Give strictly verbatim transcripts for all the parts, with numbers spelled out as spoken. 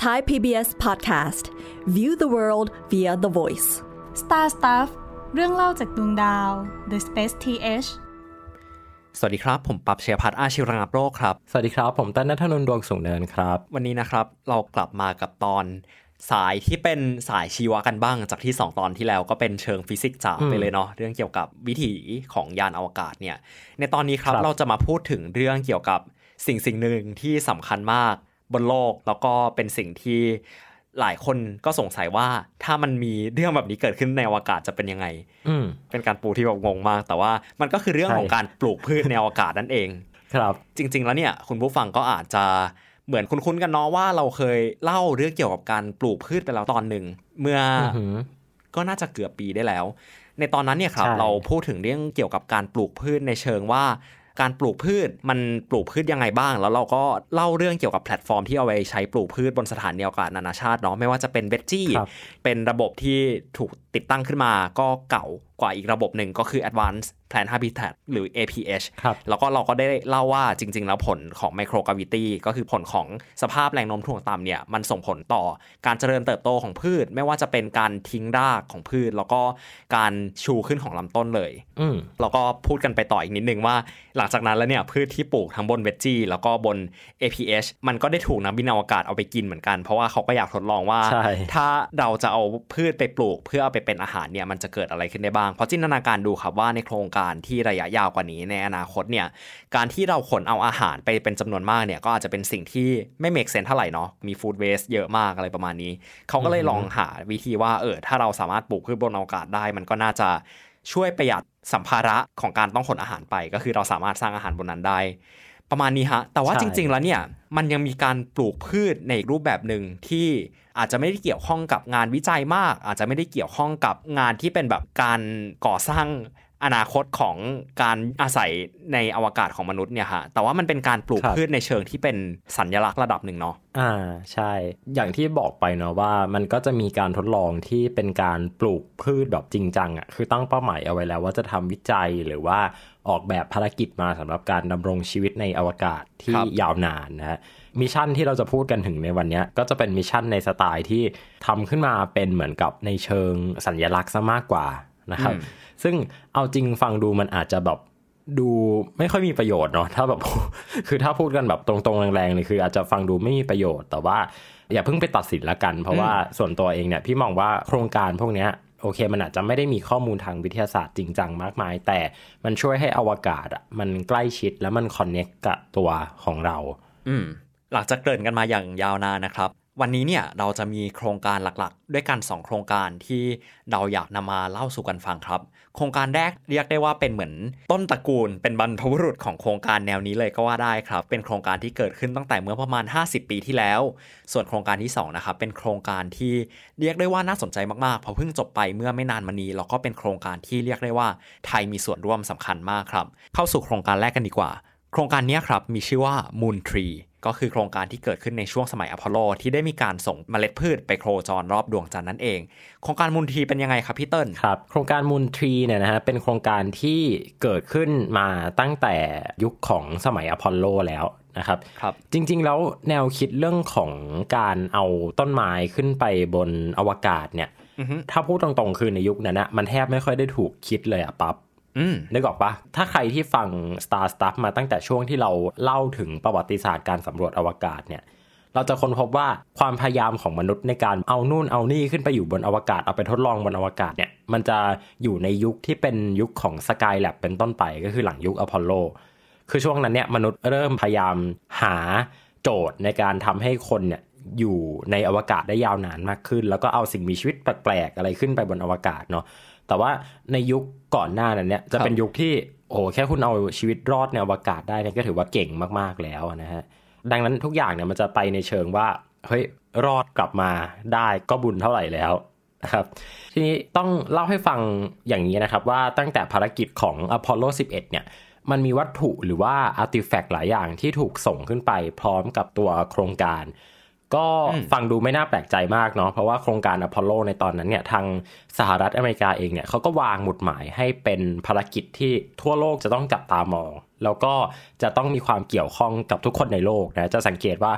Thai พี บี เอส Podcast View the world via the voice Star Stuff เรื่องเล่าจากดวงดาว The Space ที เอชสวัสดีครับผมปั๊บเชียร์พัฒน์อาชีวระงับโรคครับสวัสดีครับผมเต้นณัฐนนท์ดวงสูงเนินครับวันนี้นะครับเรากลับมากับตอนสายที่เป็นสายชีวะกันบ้างจากที่สองตอนที่แล้วก็เป็นเชิงฟิสิกส์จ๋าไปเลยเนาะเรื่องเกี่ยวกับวิถีของยานอวกาศเนี่ยในตอนนี้ครับเราจะมาพูดถึงเรื่องเกี่ยวกับสิ่งสิ่งหนึ่งที่สำคัญมากบนโลกแล้วก็เป็นสิ่งที่หลายคนก็สงสัยว่าถ้ามันมีเรื่องแบบนี้เกิดขึ้นในอวกาศจะเป็นยังไงเป็นการปูที่แบบงงมากแต่ว่ามันก็คือเรื่องของการปลูกพืชในอวกาศนั่นเองครับจริงๆแล้วเนี่ยคุณผู้ฟังก็อาจจะเหมือนคุ้นๆกันเนาะว่าเราเคยเล่าเรื่องเกี่ยวกับการปลูกพืชไปแล้วตอนหนึ่งเมื่อ ก็น่าจะเกือบปีได้แล้วในตอนนั้นเนี่ยครับเราพูดถึงเรื่องเกี่ยวกับการปลูกพืชในเชิงว่าการปลูกพืชมันปลูกพืชยังไงบ้างแล้วเราก็เล่าเรื่องเกี่ยวกับแพลตฟอร์มที่เอาไว้ใช้ปลูกพืชบนสถานีอวกาศนานาชาติเนาะไม่ว่าจะเป็นเวจจี้เป็นระบบที่ถูกติดตั้งขึ้นมาก็เก่ากว่าอีกระบบหนึ่งก็คือ Advanced Plant Habitat หรือ เอ พี เอช แล้วก็เราก็ได้เล่าว่าจริงๆแล้วผลของ Microgravity ก็คือผลของสภาพแรงโน้มถ่วงต่ำเนี่ยมันส่งผลต่อการเจริญเติบโตของพืชไม่ว่าจะเป็นการทิ้งรากของพืชแล้วก็การชูขึ้นของลำต้นเลยแล้วก็พูดกันไปต่ออีกนิดนึงว่าหลังจากนั้นแล้วเนี่ยพืชที่ปลูกทั้งบนเวจจี้แล้วก็บน เอ พี เอช มันก็ได้ถูกนักบินอวกาศเอาไปกินเหมือนกันเพราะว่าเขาก็อยากทดลองว่าถ้าเราจะเอาพืชไปปลูกเพื่อเอาไปเป็นอาหารเนี่ยมันจะเกิดอะไรขึ้นได้บ้างเพราะจินตนาการดูครับว่าในโครงการที่ระยะยาวกว่านี้ในอนาคตเนี่ยการที่เราขนเอาอาหารไปเป็นจำนวนมากเนี่ยก็อาจจะเป็นสิ่งที่ไม่เมคเซนส์เท่าไหร่เนาะมีฟู้ดเวสต์เยอะมากอะไรประมาณนี้เขาก็เลยลองหาวิธีว่าเออถ้าเราสามารถปลูกพืชบนอวกาศได้มันก็น่าจะช่วยประหยัดสัมภาระของการต้องขนอาหารไปก็คือเราสามารถสร้างอาหารบนนั้นได้ประมาณนี้ฮะแต่ว่าจริงๆแล้วเนี่ยมันยังมีการปลูกพืชในรูปแบบนึงที่อาจจะไม่ได้เกี่ยวข้องกับงานวิจัยมากอาจจะไม่ได้เกี่ยวข้องกับงานที่เป็นแบบการก่อสร้างอนาคตของการอาศัยในอวกาศของมนุษย์เนี่ยฮะแต่ว่ามันเป็นการปลูกพืชในเชิงที่เป็นสัญลักษณ์ระดับหนึ่งเนาะอ่าใช่อย่างที่บอกไปเนาะว่ามันก็จะมีการทดลองที่เป็นการปลูกพืชแบบจริงจังอ่ะคือตั้งเป้าหมายเอาไว้แล้วว่าจะทำวิจัยหรือว่าออกแบบภารกิจมาสำหรับการดำรงชีวิตในอวกาศที่ยาวนานนะฮะมิชชั่นที่เราจะพูดกันถึงในวันนี้ก็จะเป็นมิชชั่นในสไตล์ที่ทำขึ้นมาเป็นเหมือนกับในเชิงสัญลักษณ์ซะมากกว่านะครับซึ่งเอาจริงฟังดูมันอาจจะแบบดูไม่ค่อยมีประโยชน์เนาะถ้าแบบ คือถ้าพูดกันแบบตรงๆแรงๆเลยคืออาจจะฟังดูไม่มีประโยชน์แต่ว่าอย่าเพิ่งไปตัดสินละกันเพราะว่าส่วนตัวเองเนี่ยพี่มองว่าโครงการพวกนี้โอเคมันอาจจะไม่ได้มีข้อมูลทางวิทยาศาสตร์จริงจังมากมายแต่มันช่วยให้อวกาศอ่ะมันใกล้ชิดและมันคอนเนคกับตัวของเราอืมหลังจากเกริ่นกันมาอย่างยาวนานนะครับวันนี้เนี่ยเราจะมีโครงการหลักๆด้วยกันสองโครงการที่เราอยากนำมาเล่าสู่กันฟังครับโครงการแรกเรียกได้ว่าเป็นเหมือนต้นตระกูลเป็นบรรพบุรุษของโครงการแนวนี้เลยก็ว่าได้ครับเป็นโครงการที่เกิดขึ้นตั้งแต่เมื่อประมาณห้าสิบปีที่แล้วส่วนโครงการที่สองนะครับเป็นโครงการที่เรียกได้ว่าน่าสนใจมากๆเพราะเพิ่งจบไปเมื่อไม่นานมานี้แล้วก็เป็นโครงการที่เรียกได้ว่าไทยมีส่วนร่วมสำคัญมากครับเข้าสู่โครงการแรกกันดีกว่าโครงการนี้ครับมีชื่อว่า Moon Treeก็คือโครงการที่เกิดขึ้นในช่วงสมัยอพอลโลที่ได้มีการส่งเมล็ดพืชไปโคจรรอบดวงจันทร์นั่นเองโครงการมูนทรีเป็นยังไงครับพี่เติ้ลครับโครงการมูนทรีเนี่ยนะฮะเป็นโครงการที่เกิดขึ้นมาตั้งแต่ยุคของสมัยอพอลโลแล้วนะครับครับจริงๆแล้วแนวคิดเรื่องของการเอาต้นไม้ขึ้นไปบนอวกาศเนี่ย uh-huh. ถ้าพูดตรงๆคือในยุคนั้นนะมันแทบไม่ค่อยได้ถูกคิดเลยอะปั๊บนึกออกปะถ้าใครที่ฟัง Star Stuff มาตั้งแต่ช่วงที่เราเล่าถึงประวัติศาสตร์การสำรวจอวกาศเนี่ยเราจะค้นพบว่าความพยายามของมนุษย์ในการเอานู่นเอานี่ขึ้นไปอยู่บนอวกาศเอาไปทดลองบนอวกาศเนี่ยมันจะอยู่ในยุคที่เป็นยุคของ Skylab เป็นต้นไปก็คือหลังยุคอพอลโลคือช่วงนั้นเนี่ยมนุษย์เริ่มพยายามหาโจทย์ในการทำให้คนเนี่ยอยู่ในอวกาศได้ยาวนานมากขึ้นแล้วก็เอาสิ่งมีชีวิตแปลกๆอะไรขึ้นไปบนอวกาศเนาะแต่ว่าในยุคก่อนหน้านั้นเนี่ยจะเป็นยุคที่โอ้แค่คุณเอาชีวิตรอดในอวกาศได้เนี่ยก็ถือว่าเก่งมากๆแล้วนะฮะดังนั้นทุกอย่างเนี่ยมันจะไปในเชิงว่าเฮ้ยรอดกลับมาได้ก็บุญเท่าไหร่แล้วนะครับทีนี้ต้องเล่าให้ฟังอย่างนี้นะครับว่าตั้งแต่ภารกิจของอพอลโลสิบเอ็ดเนี่ยมันมีวัตถุหรือว่าอาร์ติแฟกต์หลายอย่างที่ถูกส่งขึ้นไปพร้อมกับตัวโครงการก็ฟังดูไม่น่าแปลกใจมากเนาะเพราะว่าโครงการอพอลโลในตอนนั้นเนี่ยทางสหรัฐอเมริกาเองเนี่ยเขาก็วางหมุดหมายให้เป็นภารกิจที่ทั่วโลกจะต้องจับตามองแล้วก็จะต้องมีความเกี่ยวข้องกับทุกคนในโลกนะจะสังเกตว่า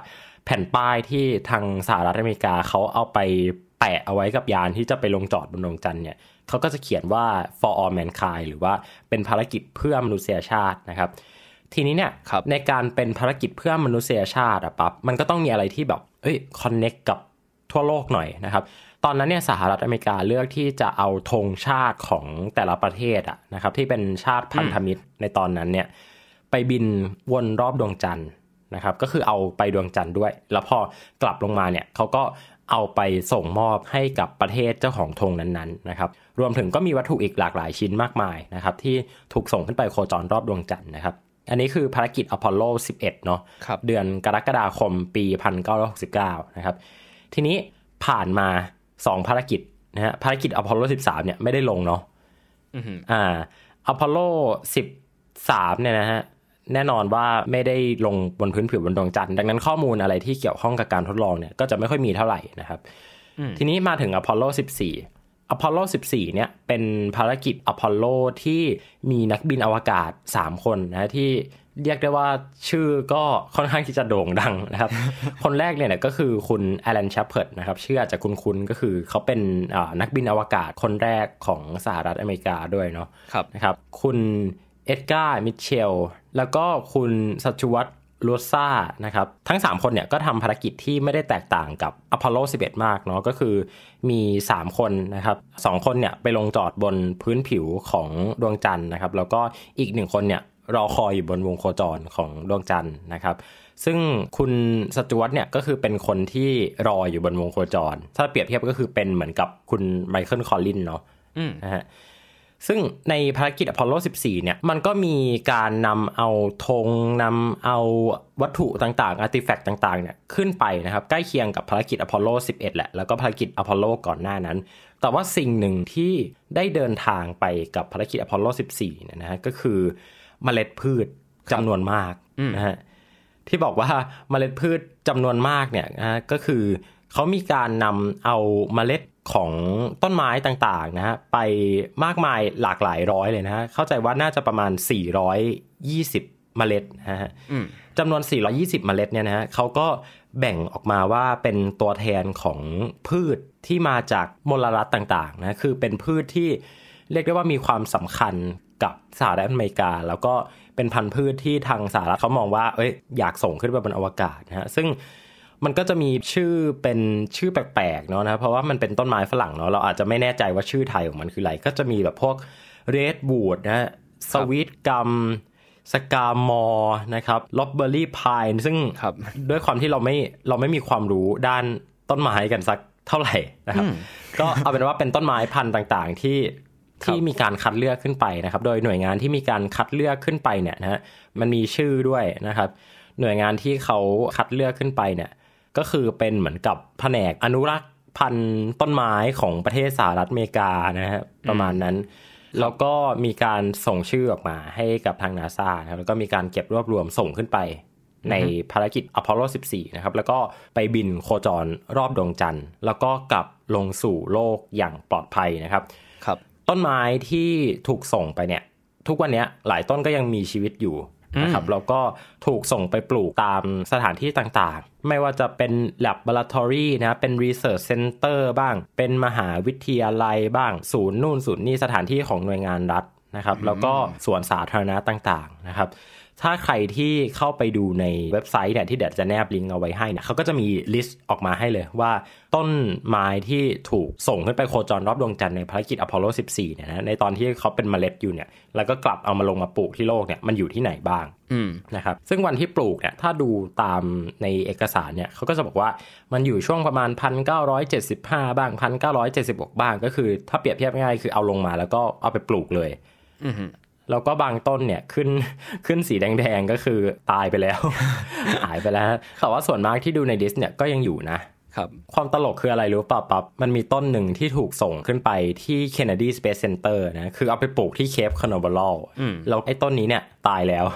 แผ่นป้ายที่ทางสหรัฐอเมริกาเขาเอาไปแปะเอาไว้กับยานที่จะไปลงจอดบนดวงจันทร์เนี่ยเขาก็จะเขียนว่า for all mankind หรือว่าเป็นภารกิจเพื่อมนุษยชาตินะครับทีนี้เนี่ยในการเป็นภารกิจเพื่อมนุษยชาติอะปั๊บมันก็ต้องมีอะไรที่แบบเอ้ยคอนเนคกับทั่วโลกหน่อยนะครับตอนนั้นเนี่ยสหรัฐอเมริกาเลือกที่จะเอาธงชาติของแต่ละประเทศอะนะครับที่เป็นชาติพันธมิตรในตอนนั้นเนี่ยไปบินวนรอบดวงจันทร์นะครับก็คือเอาไปดวงจันทร์ด้วยแล้วพอกลับลงมาเนี่ยเขาก็เอาไปส่งมอบให้กับประเทศเจ้าของธงนั้นๆนะครับรวมถึงก็มีวัตถุอีกหลากหลายชิ้นมากมายนะครับที่ถูกส่งขึ้นไปโคจรรอบดวงจันทร์นะครับอันนี้คือภารกิจอพอลโลสิบเอ็ดเนาะเดือนกรกฎาคมปีหนึ่งพันเก้าร้อยหกสิบเก้านะครับทีนี้ผ่านมาสองภารกิจนะฮะภารกิจอพอลโลสิบสามเนี่ยไม่ได้ลงเนาะอ่าอพอลโลสิบสามเนี่ยนะฮะแน่นอนว่าไม่ได้ลงบนพื้นผิวบนดวงจันทร์ดังนั้นข้อมูลอะไรที่เกี่ยวข้องกับการทดลองเนี่ยก็จะไม่ค่อยมีเท่าไหร่นะครับทีนี้มาถึงอพอลโลสิบสี่อพอลโลสิบสี่เนี่ยเป็นภารกิจอพอลโลที่มีนักบินอวกาศสามคนนะที่เรียกได้ว่าชื่อก็ค่อนข้างที่จะโด่งดังนะครับ คนแรกเนี่ยก็คือคุณแอลัน แชปเพิร์ดนะครับชื่ออาจจะคุ้นๆก็คือเขาเป็นนักบินอวกาศคนแรกของสหรัฐอเมริกาด้วยเนาะนะครับคุณเอ็ดการ์มิทเชลแล้วก็คุณสัจวัตลูซ่านะครับทั้งสามคนเนี่ยก็ทำภารกิจที่ไม่ได้แตกต่างกับอพอลโลสิบเอ็ดมากเนาะก็คือมีสามคนนะครับสองคนเนี่ยไปลงจอดบนพื้นผิวของดวงจันทร์นะครับแล้วก็อีกหนึ่งคนเนี่ยรอคอยอยู่บนวงโคจรของดวงจันทร์นะครับซึ่งคุณสจ๊วตเนี่ยก็คือเป็นคนที่รออยู่บนวงโคจรถ้าเปรียบเทียบก็คือเป็นเหมือนกับคุณไมเคิลคอลลินเนาะนะฮะซึ่งในภารกิจอพอลโลสิบสี่เนี่ยมันก็มีการนำเอาธงนำเอาวัตถุต่างๆอาร์ติแฟกต์ต่างๆเนี่ยขึ้นไปนะครับใกล้เคียงกับภารกิจอพอลโลสิบเอ็ดแหละแล้วก็ภารกิจอพอลโลก่อนหน้านั้นแต่ว่าสิ่งหนึ่งที่ได้เดินทางไปกับภารกิจอพอลโลสิบสี่เนี่ยนะฮะก็คือเมล็ดพืชจำนวนมากนะฮะที่บอกว่าเมล็ดพืชจำนวนมากเนี่ยนะก็คือเขามีการนำเอาเมล็ดของต้นไม้ต่างๆนะฮะไปมากมายหลากหลายร้อยเลยนะฮะเข้าใจว่าน่าจะประมาณสี่ร้อยยี่สิบเมล็ดนะฮะจำนวนสี่ร้อยยี่สิบเมล็ดเนี่ยนะฮะเขาก็แบ่งออกมาว่าเป็นตัวแทนของพืชที่มาจากมลรัฐต่างๆนะคือเป็นพืชที่เรียกได้ว่ามีความสำคัญกับสหรัฐอเมริกาแล้วก็เป็นพันธุ์พืชที่ทางสหรัฐเขามองว่าเอ้ยอยากส่งขึ้นไปบนอวกาศนะฮะซึ่งมันก็จะมีชื่อเป็นชื่อแปลกๆเนาะนะเพราะว่ามันเป็นต้นไม้ฝรั่งเนาะเราอาจจะไม่แน่ใจว่าชื่อไทยของมันคืออะไรก็จะมีแบบพวกเรดวูดนะสวีทกัมสกามอร์นะครับล็อบเบอร์รี่พายซึ่งด้วยความที่เราไม่เราไม่มีความรู้ด้านต้นไม้กันสักเท่าไหร่นะครับก็เอาเป็นว่าเป็นต้นไม้พันธุ์ต่างๆที่ที่มีการคัดเลือกขึ้นไปนะครับโดยหน่วยงานที่มีการคัดเลือกขึ้นไปเนี่ยนะฮะมันมีชื่อด้วยนะครับหน่วยงานที่เขาคัดเลือกขึ้นไปเนี่ยก็คือเป็นเหมือนกับแผนกอนุรักษ์พันธุ์ต้นไม้ของประเทศสหรัฐอเมริกานะฮะประมาณนั้นแล้วก็มีการส่งชื่อออกมาให้กับทาง NASA นะครับแล้วก็มีการเก็บรวบรวมส่งขึ้นไปในภารกิจอพอลโลสิบสี่นะครับแล้วก็ไปบินโคจรรอบดวงจันทร์แล้วก็กลับลงสู่โลกอย่างปลอดภัยนะครับครับต้นไม้ที่ถูกส่งไปเนี่ยทุกวันนี้หลายต้นก็ยังมีชีวิตอยู่นะครับแล้วก็ถูกส่งไปปลูกตามสถานที่ต่างๆไม่ว่าจะเป็น laboratory นะเป็น research center บ้างเป็นมหาวิทยาลัยบ้างศูนย์นู่นศูนย์นี่สถานที่ของหน่วยงานรัฐนะครับแล้วก็สวนสาธารณะต่างๆนะครับถ้าใครที่เข้าไปดูในเว็บไซต์เนี่ยที่เดี๋ยวจะแนบลิงก์เอาไว้ให้เนี่ยเขาก็จะมีลิสต์ออกมาให้เลยว่าต้นไม้ที่ถูกส่งขึ้นไปโคจรรอบดวงจันทร์ในภารกิจอพอลโลสิบสี่เนี่ยนะในตอนที่เขาเป็นเมล็ดอยู่เนี่ยแล้วก็กลับเอามาลงมาปลูกที่โลกเนี่ยมันอยู่ที่ไหนบ้างนะครับซึ่งวันที่ปลูกเนี่ยถ้าดูตามในเอกสารเนี่ยเขาก็จะบอกว่ามันอยู่ช่วงประมาณ หนึ่งพันเก้าร้อยเจ็ดสิบห้า บ้าง หนึ่งพันเก้าร้อยเจ็ดสิบหก บ้างก็คือถ้าเปรียบเทียบง่ายคือเอาลงมาแล้วก็เอาไปปลูกเลยแล้วก็บางต้นเนี่ยขึ้นขึ้นสีแดงๆก็คือตายไปแล้ว หายไปแล้วแต่ว่าส่วนมากที่ดูในดิสเนี่ยก็ยังอยู่นะครับความตลกคืออะไรรู้ป่ะปั๊บมันมีต้นหนึ่งที่ถูกส่งขึ้นไปที่ Kennedy Space Center นะคือเอาไปปลูกที่เคปคานาเวอรัลแล้วไอ้ต้นนี้เนี่ยตายแล้ว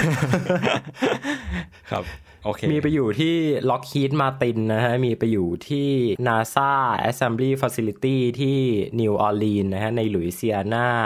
ครับโอเคมีไปอยู่ที่ Lockheed Martin นะฮะมีไปอยู่ที่ NASA Assembly Facility ที่ New Orleans นะฮะในลุยเซียนา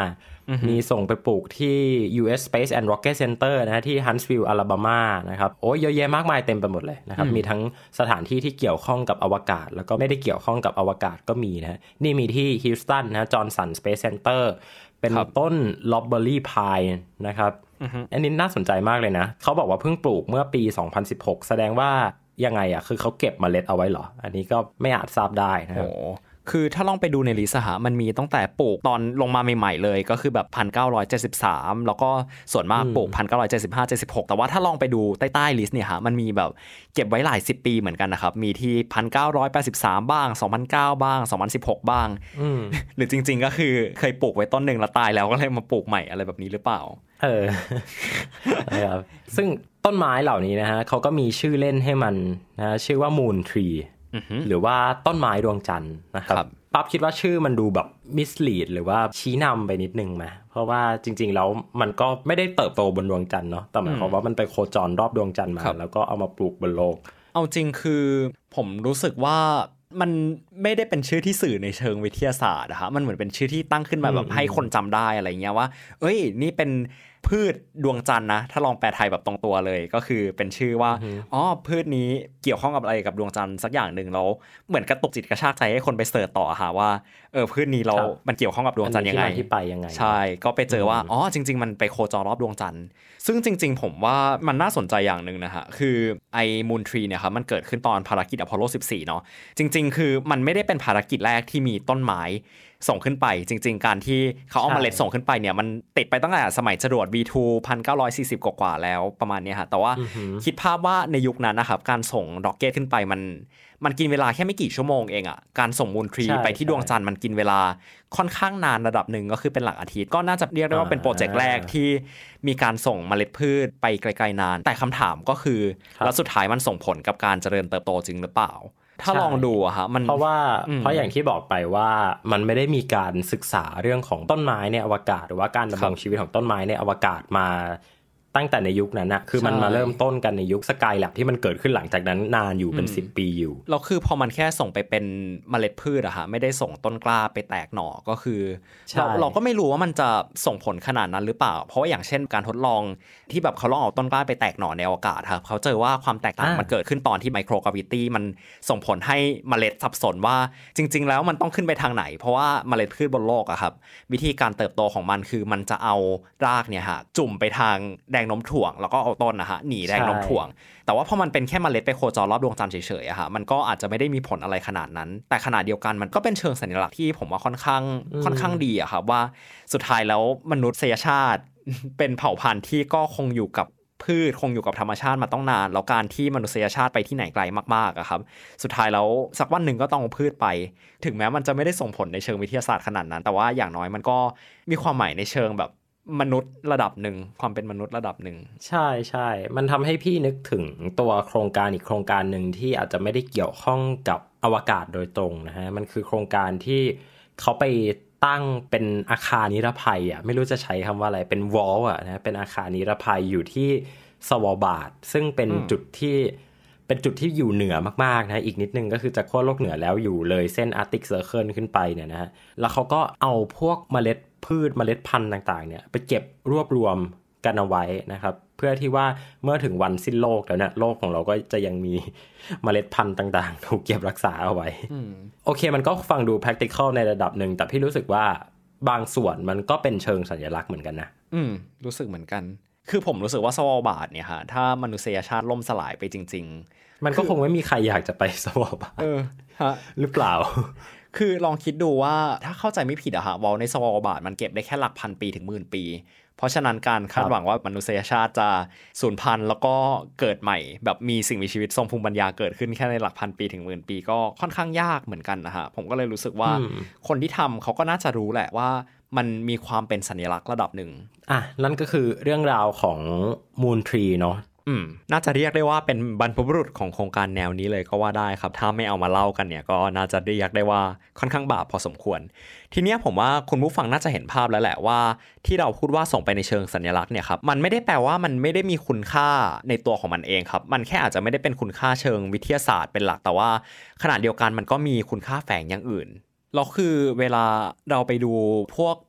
มีส่งไปปลูกที่ ยู เอส Space and Rocket Center นะฮะที่ Huntsville อลาบามานะครับโอ้ยเยอะแยะมากมายเต็มไปหมดเลยนะครับมีทั้งสถานที่ที่เกี่ยวข้องกับอวกาศแล้วก็ไม่ได้เกี่ยวข้องกับอวกาศก็มีนะนี่มีที่ Houston นะ Johnson Space Center เป็นต้น Loblolly Pine นะครับอันนี้น่าสนใจมากเลยนะเขาบอกว่าเพิ่งปลูกเมื่อปีสองพันสิบหกแสดงว่ายังไงอ่ะคือเขาเก็บเมล็ดเอาไว้เหรออันนี้ก็ไม่อาจทราบได้นะครับคือถ้าลองไปดูในลิสต์ฮะมันมีตั้งแต่ปลูกตอนลงมาใหม่ๆเลยก็คือแบบ หนึ่งพันเก้าร้อยเจ็ดสิบสาม แล้วก็ส่วนมากปลูก หนึ่งพันเก้าร้อยเจ็ดสิบห้า เจ็ดสิบหก แต่ว่าถ้าลองไปดูใต้ๆลิสต์เนี่ยฮะมันมีแบบเก็บไว้หลายสิบปีเหมือนกันนะครับมีที่ หนึ่งพันเก้าร้อยแปดสิบสาม บ้าง สองพันเก้า บ้าง สองพันสิบหก บ้างหรือจริงๆก็คือเคยปลูกไว้ต้นนึงแล้วตายแล้วก็เลยมาปลูกใหม่อะไรแบบนี้หรือเปล่าเออนะครับซึ่งต้นไม้เหล่านี้นะฮะเขาก็มีชื่อเล่นให้มันนะชื่อว่า Moon Tree หรือว่าต้นไม้ดวงจันทร์นะครับปั๊บคิดว่าชื่อมันดูแบบมิสลีดหรือว่าชี้นำไปนิดนึงไหมเพราะว่าจริงๆแล้วมันก็ไม่ได้เติบโตบนดวงจันทร์เนาะแต่หมายความว่ามันไปโคจรรอบดวงจันทร์มาแล้วก็เอามาปลูกบนโลกเอาจริงคือผมรู้สึกว่ามันไม่ได้เป็นชื่อที่สื่อในเชิงวิทยาศาสตร์อะฮะมันเหมือนเป็นชื่อที่ตั้งขึ้นมาแบบให้คนจำได้อะไรเงี้ยว่าเอ้ยนี่เป็นพืชดวงจันทร์นะถ้าลองแปลไทยแบบตรงตัวเลยก็คือเป็นชื่อว่าอ๋อพืชนี้เกี่ยวข้องกับอะไรกับดวงจันทร์สักอย่างนึงแล้วเหมือนกระตุกจิตกระชากใจให้คนไปเสิร์ชต่อหาว่าเออพืชนี้เรามันเกี่ยวข้องกับดวงจันทร์ยังไงที่ไปยังไงใช่ก็ไปเจอว่าอ๋อจริงๆมันไปโคจรรอบดวงจันทร์ซึ่งจริงๆผมว่ามันน่าสนใจอย่างนึงนะฮะคือไอ้ Moon Tree เนี่ยครับมันเกิดขึ้นตอนภารกิจอพอลโลสิบสี่เนาะจริงๆคือมันไม่ได้เป็นภารกิจแรกที่มีต้นไม้ส่งขึ้นไปจริงๆการที่เขาเอาเมล็ดส่งขึ้นไปเนี่ยมันติดไปตั้งแต่สมัยจรวด วี ทู หนึ่งพันเก้าร้อยสี่สิบ กว่าๆแล้วประมาณนี้ฮะแต่ว่าคิดภาพว่าในยุคนั้นนะครับการส่งร็อกเก็ตขึ้นไปมันมันกินเวลาแค่ไม่กี่ชั่วโมงเองอ่ะการส่งมูนทรีไปที่ดวงจันทร์มันกินเวลาค่อนข้างนานระดับหนึ่งก็คือเป็นหลักอาทิตย์ก็น่าจะเรียกได้ว่าเป็นโปรเจกต์แรกที่มีการส่งเมล็ดพืชไปไกลๆนานแต่คำถามก็คือแล้วสุดท้ายมันส่งผลกับการเจริญเติบโตจริงหรือเปล่าถ้าลองดูอะฮะมันเพราะว่าเพราะอย่างที่บอกไปว่ามันไม่ได้มีการศึกษาเรื่องของต้นไม้ในอวกาศหรือว่าการดำรงชีวิตของต้นไม้ในอวกาศมาตั้งแต่ในยุคนั้นนะคือมันมาเริ่มต้นกันในยุคสกายแลบที่มันเกิดขึ้นหลังจากนั้นนานอยู่เป็นสิบปีอยู่แล้วคือพอมันแค่ส่งไปเป็นเมล็ดพืชอะฮะไม่ได้ส่งต้นกล้าไปแตกหน่อก็คือเราเราก็ไม่รู้ว่ามันจะส่งผลขนาดนั้นหรือเปล่าเพราะว่าอย่างเช่นการทดลองที่แบบเขาลองเอาต้นกล้าไปแตกหน่อในอวกาศครับเขาเจอว่าความแตกต่างมันเกิดขึ้นตอนที่ไมโครกราวิตี้มันส่งผลให้เมล็ดสับสนว่าจริงๆแล้วมันต้องขึ้นไปทางไหนเพราะว่าเมล็ดพืชบนโลกอะครับวิธีการเติบโตของมันคือมันจะเอารากเนี่ยฮะจุ่มไปทางแรงโน้มถ่วงแล้วก็เอาต้นนะฮะหนีแรงโน้มถ่วงแต่ว่าพอมันเป็นแค่เมล็ดไปโคจรรอบดวงจันทร์เฉยๆอะฮะมันก็อาจจะไม่ได้มีผลอะไรขนาดนั้นแต่ขณะเดียวกันมันก็เป็นเชิงสัญลักษณ์ที่ผมว่าค่อนข้างค่อนข้างดีอะครับว่าสุดท้ายแล้วมนุษยชาติเป็นเผ่าพันธุ์ที่ก็คงอยู่กับพืชคงอยู่กับธรรมชาติมาต้องนานแล้วการที่มนุษยชาติไปที่ไหนไกลมากๆอะครับสุดท้ายแล้วสักวันหนึ่งก็ต้องเอาพืชไปถึงแม้มันจะไม่ได้ส่งผลในเชิงวิทยาศาสตร์ขนาดนั้นแต่ว่าอย่างน้อยมันก็มีความหมายในเชิงแบบมนุษย์ระดับหนึ่งความเป็นมนุษย์ระดับหนึ่งใช่ใช่มันทำให้พี่นึกถึงตัวโครงการอีกโครงการหนึ่งที่อาจจะไม่ได้เกี่ยวข้องกับอวกาศโดยตรงนะฮะมันคือโครงการที่เขาไปตั้งเป็นอาคารนิรภัยอ่ะไม่รู้จะใช้คำว่าอะไรเป็นวอลอ่ะนะเป็นอาคารนิรภัยอยู่ที่สวอลบาร์ดซึ่งเป็นจุดที่เป็นจุดที่อยู่เหนือมากๆนะอีกนิดนึงก็คือจากขั้วโลกเหนือแล้วอยู่เลยเส้นอาร์กติกเซอร์เคิลขึ้นไปเนี่ยนะฮะแล้วเขาก็เอาพวกเมล็ดพืชเมล็ดพันธุ์ต่างๆเนี่ยไปเก็บรวบรวมกันเอาไว้นะครับเพื่อที่ว่าเมื่อถึงวันสิ้นโลกแล้วเนี่ยโลกของเราก็จะยังมีเมล็ดพันธุ์ต่างๆถูกเก็บรักษาเอาไว้โอเคมันก็ฟังดู practical ในระดับหนึ่งแต่พี่รู้สึกว่าบางส่วนมันก็เป็นเชิงสัญลักษณ์เหมือนกันนะอืมรู้สึกเหมือนกันคือผมรู้สึกว่าสวอลบาร์ดเนี่ยฮะถ้ามนุษยชาติล่มสลายไปจริงๆมันก็คงไม่มีใครอยากจะไปสวอลบาร์ดเออฮะหรือเปล่าคือลองคิดดูว่าถ้าเข้าใจไม่ผิดอะฮะวอลในสวอลบาร์ดมันเก็บได้แค่หลักพันปีถึงหมื่นปีเพราะฉะนั้นการคาดหวังว่ามนุษยชาติจะสูญพันธุ์แล้วก็เกิดใหม่แบบมีสิ่งมีชีวิตทรงภูมิปัญญาเกิดขึ้นแค่ในหลักพันปีถึงหมื่นปีก็ค่อนข้างยากเหมือนกันนะฮะผมก็เลยรู้สึกว่าคนที่ทำเขาก็น่าจะรู้แหละว่ามันมีความเป็นสัญลักษณ์ระดับหนึ่งอ่ะนั่นก็คือเรื่องราวของ Moon Tree เนาะอืมน่าจะเรียกได้ว่าเป็นบรรพบุรุษของโครงการแนวนี้เลยก็ว่าได้ครับถ้าไม่เอามาเล่ากันเนี่ยก็น่าจะเรียกได้ว่าค่อนข้างบาปพอสมควรทีเนี้ยผมว่าคุณผู้ฟังน่าจะเห็นภาพแล้วแหละว่าที่เราพูดว่าส่งไปในเชิงสัญลักษณ์เนี่ยครับมันไม่ได้แปลว่ามันไม่ได้มีคุณค่าในตัวของมันเองครับมันแค่อาจจะไม่ได้เป็นคุณค่าเชิงวิทยาศาสตร์เป็นหลักแต่ว่าขณะเดียวกันมันก็มีคุณค่าแฝงอย่างอื่นแล้วคือเวลาเราไปดูพวก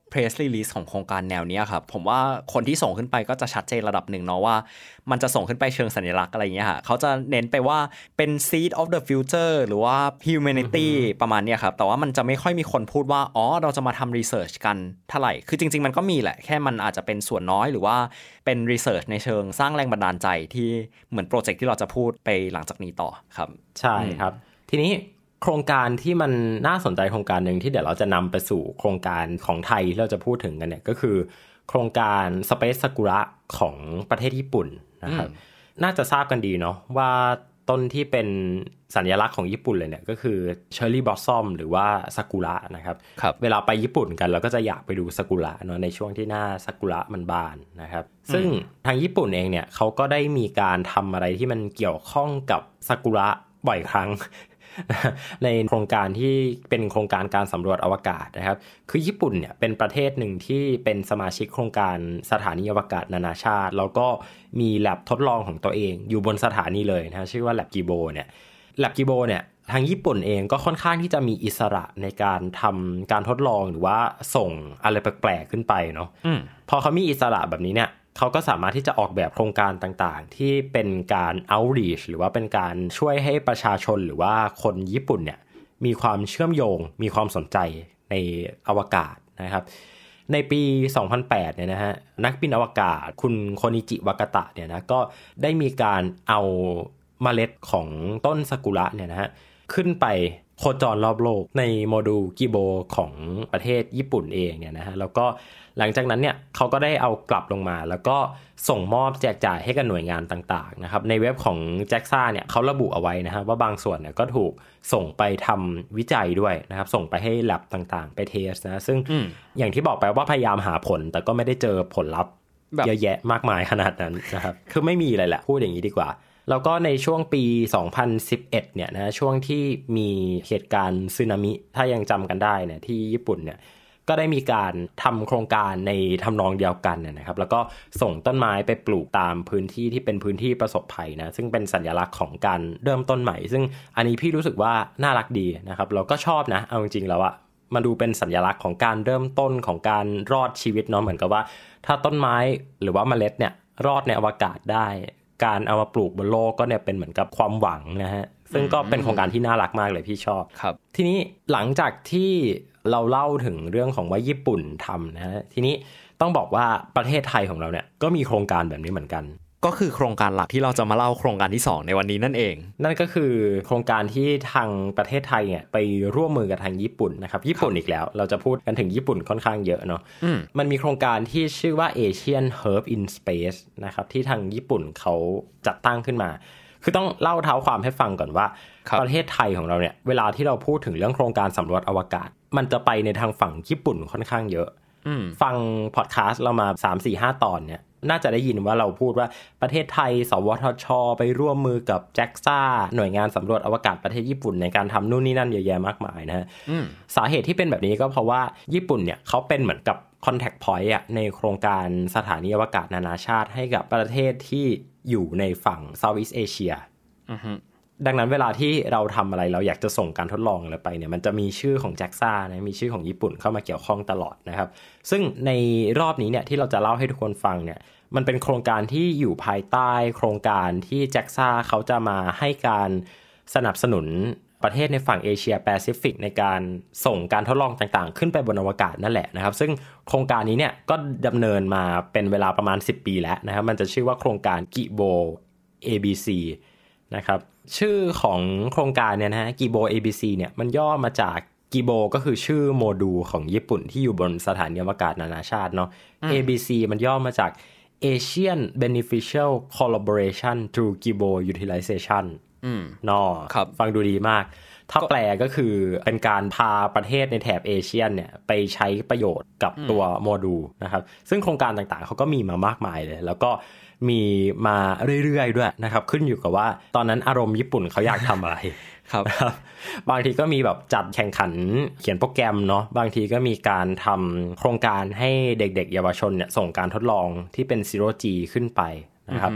press release ของโครงการแนวนี้ครับผมว่าคนที่ส่งขึ้นไปก็จะชัดเจนระดับหนึ่งเนาะว่ามันจะส่งขึ้นไปเชิงสัญลักษณ์อะไรอย่างเงี้ยฮะเขาจะเน้นไปว่าเป็น seed of the future หรือว่า humanity ประมาณเนี้ยครับแต่ว่ามันจะไม่ค่อยมีคนพูดว่าอ๋อเราจะมาทำ research กันเท่าไหร่คือจริงๆมันก็มีแหละแค่มันอาจจะเป็นส่วนน้อยหรือว่าเป็น research ในเชิงสร้างแรงบันดาลใจที่เหมือนโปรเจกต์ที่เราจะพูดไปหลังจากนี้ต่อครับใช่ครับทีนี้โครงการที่มันน่าสนใจโครงการหนึ่งที่เดี๋ยวเราจะนำไปสู่โครงการของไทยที่เราจะพูดถึงกันเนี่ยก็คือโครงการ Space Sakura ของประเทศญี่ปุ่นนะครับน่าจะทราบกันดีเนาะว่าต้นที่เป็นสัญลักษณ์ของญี่ปุ่นเลยเนี่ยก็คือ Cherry Blossom หรือว่าซากุระนะครับเวลาไปญี่ปุ่นกันเราก็จะอยากไปดูซากุระเนาะในช่วงที่หน้าซากุระมันบานนะครับซึ่งทางญี่ปุ่นเองเนี่ยเขาก็ได้มีการทำอะไรที่มันเกี่ยวข้องกับซากุระบ่อยครั้งในโครงการที่เป็นโครงการการสำรวจอวกาศนะครับคือญี่ปุ่นเนี่ยเป็นประเทศหนึ่งที่เป็นสมาชิกโครงการสถานีอวกาศนานาชาติแล้วก็มีแลบทดลองของตัวเองอยู่บนสถานีเลยนะชื่อว่าแลบกิโบเนี่ยแลบกิโบเนี่ยทางญี่ปุ่นเองก็ค่อนข้างที่จะมีอิสระในการทำการทดลองหรือว่าส่งอะไรแปลกๆขึ้นไปเนาะพอเขามีอิสระแบบนี้เนี่ยเขาก็สามารถที่จะออกแบบโครงการต่างๆที่เป็นการ outreach หรือว่าเป็นการช่วยให้ประชาชนหรือว่าคนญี่ปุ่นเนี่ยมีความเชื่อมโยงมีความสนใจในอวกาศนะครับในปีสองพันแปดเนี่ยนะฮะนักบินอวกาศคุณโคนิจิวากาตะเนี่ยนะก็ได้มีการเอาเมล็ดของต้นซากุระเนี่ยนะฮะขึ้นไปโคจรรอบโลกในโมดูลกิโบของประเทศญี่ปุ่นเองเนี่ยนะฮะแล้วก็หลังจากนั้นเนี่ยเขาก็ได้เอากลับลงมาแล้วก็ส่งมอบแจกจ่ายให้กับหน่วยงานต่างๆนะครับในเว็บของ เจ เอ็กซ์ เอ เนี่ยเขาระบุเอาไว้นะครับว่าบางส่วนเนี่ยก็ถูกส่งไปทำวิจัยด้วยนะครับส่งไปให้ lab ต่างๆไปเทสนะซึ่ง อ, อย่างที่บอกไปว่าพยายามหาผลแต่ก็ไม่ได้เจอผลลัพธ์เยอะแยะมากมายขนาดนั้นนะครับคือไม่มีอะไรแหละพูดอย่างนี้ดีกว่าแล้วก็ในช่วงปีสองพันสิบเอ็ดเนี่ยนะช่วงที่มีเหตุการณ์สึนามิถ้ายังจำกันได้เนี่ยที่ญี่ปุ่นเนี่ยก็ได้มีการทำโครงการในทำนองเดียวกันนะครับแล้วก็ส่งต้นไม้ไปปลูกตามพื้นที่ที่เป็นพื้นที่ประสบภัยนะซึ่งเป็นสัญลักษณ์ของการเริ่มต้นใหม่ซึ่งอันนี้พี่รู้สึกว่าน่ารักดีนะครับเราก็ชอบนะเอาจริงๆแล้วอะมาดูเป็นสัญลักษณ์ของการเริ่มต้นของการรอดชีวิตเนาะเหมือนกับว่าถ้าต้นไม้หรือว่าเมล็ดเนี่ยรอดในอวกาศได้การเอามาปลูกบนโลกก็เนี่ยเป็นเหมือนกับความหวังนะฮะซึ่งก็เป็นโครงการที่น่ารักมากเลยพี่ชอบครับทีนี้หลังจากที่เราเล่าถึงเรื่องของว่าญี่ปุ่นทำนะฮะทีนี้ต้องบอกว่าประเทศไทยของเราเนี่ยก็มีโครงการแบบนี้เหมือนกันก็คือโครงการหลักที่เราจะมาเล่าโครงการที่สองในวันนี้นั่นเองนั่นก็คือโครงการที่ทางประเทศไทยเนี่ยไปร่วมมือกับทางญี่ปุ่นนะครับญี่ปุ่นอีกแล้วเราจะพูดกันถึงญี่ปุ่นค่อนข้างเยอะเนาะมันมีโครงการที่ชื่อว่า Asian Hub in Space นะครับที่ทางญี่ปุ่นเขาจัดตั้งขึ้นมาคือต้องเล่าเท้าความให้ฟังก่อนว่าประเทศไทยของเราเนี่ยเวลาที่เราพูดถึงเรื่องโครงการสำรวจอวกาศมันจะไปในทางฝั่งญี่ปุ่นค่อนข้างเยอะฟังพอดคาสต์เรามา สาม สี่ ห้า ตอนเนี่ยน่าจะได้ยินว่าเราพูดว่าประเทศไทยสวทช.ไปร่วมมือกับ เจ เอ็กซ์ เอ หน่วยงานสำรวจอวกาศประเทศญี่ปุ่นในการทำนู่นนี่นั่นเยอะแยะมากมายนะฮะสาเหตุที่เป็นแบบนี้ก็เพราะว่าญี่ปุ่นเนี่ยเขาเป็นเหมือนกับ contact point อ่ะในโครงการสถานีอวกาศนานาชาติให้กับประเทศที่อยู่ในฝั่ง Southeast Asia ดังนั้นเวลาที่เราทำอะไรเราอยากจะส่งการทดลองอะไรไปเนี่ยมันจะมีชื่อของ เจ เอ็กซ์ เอ นะมีชื่อของญี่ปุ่นเข้ามาเกี่ยวข้องตลอดนะครับซึ่งในรอบนี้เนี่ยที่เราจะเล่าให้ทุกคนฟังเนี่ยมันเป็นโครงการที่อยู่ภายใต้โครงการที่ เจ เอ็กซ์ เอ เขาจะมาให้การสนับสนุนประเทศในฝั่งเอเชียแปซิฟิกในการส่งการทดลองต่างๆขึ้นไปบนอวกาศนั่นแหละนะครับซึ่งโครงการนี้เนี่ยก็ดำเนินมาเป็นเวลาประมาณสิบปีแล้วนะครับมันจะชื่อว่าโครงการกิโบ เอ บี ซี นะครับชื่อของโครงการเนี่ยนะฮะกิโบ เอ บี ซี เนี่ยมันย่อมาจากกิโบก็คือชื่อโมดูลของญี่ปุ่นที่อยู่บนสถานีอวกาศนานาชาติเนาะ เอ บี ซี มันย่อมาจาก Asian Beneficial Collaboration through Gibo Utilization อืมเนาะฟังดูดีมากถ้าแปลก็คือเป็นการพาประเทศในแถบเอเชียเนี่ยไปใช้ประโยชน์กับตัวโมดูลนะครับซึ่งโครงการต่างๆเขาก็มีมามากมายเลยแล้วก็มีมาเรื่อยๆด้วยนะครับขึ้นอยู่กับว่าตอนนั้นอารมณ์ญี่ปุ่นเขาอยากทำอะไรครับบางทีก็มีแบบจัดแข่งขันเขียนโปรแกรมเนาะบางทีก็มีการทำโครงการให้เด็กๆเยาวชนเนี่ยส่งการทดลองที่เป็น Zero G ขึ้นไปนะครับ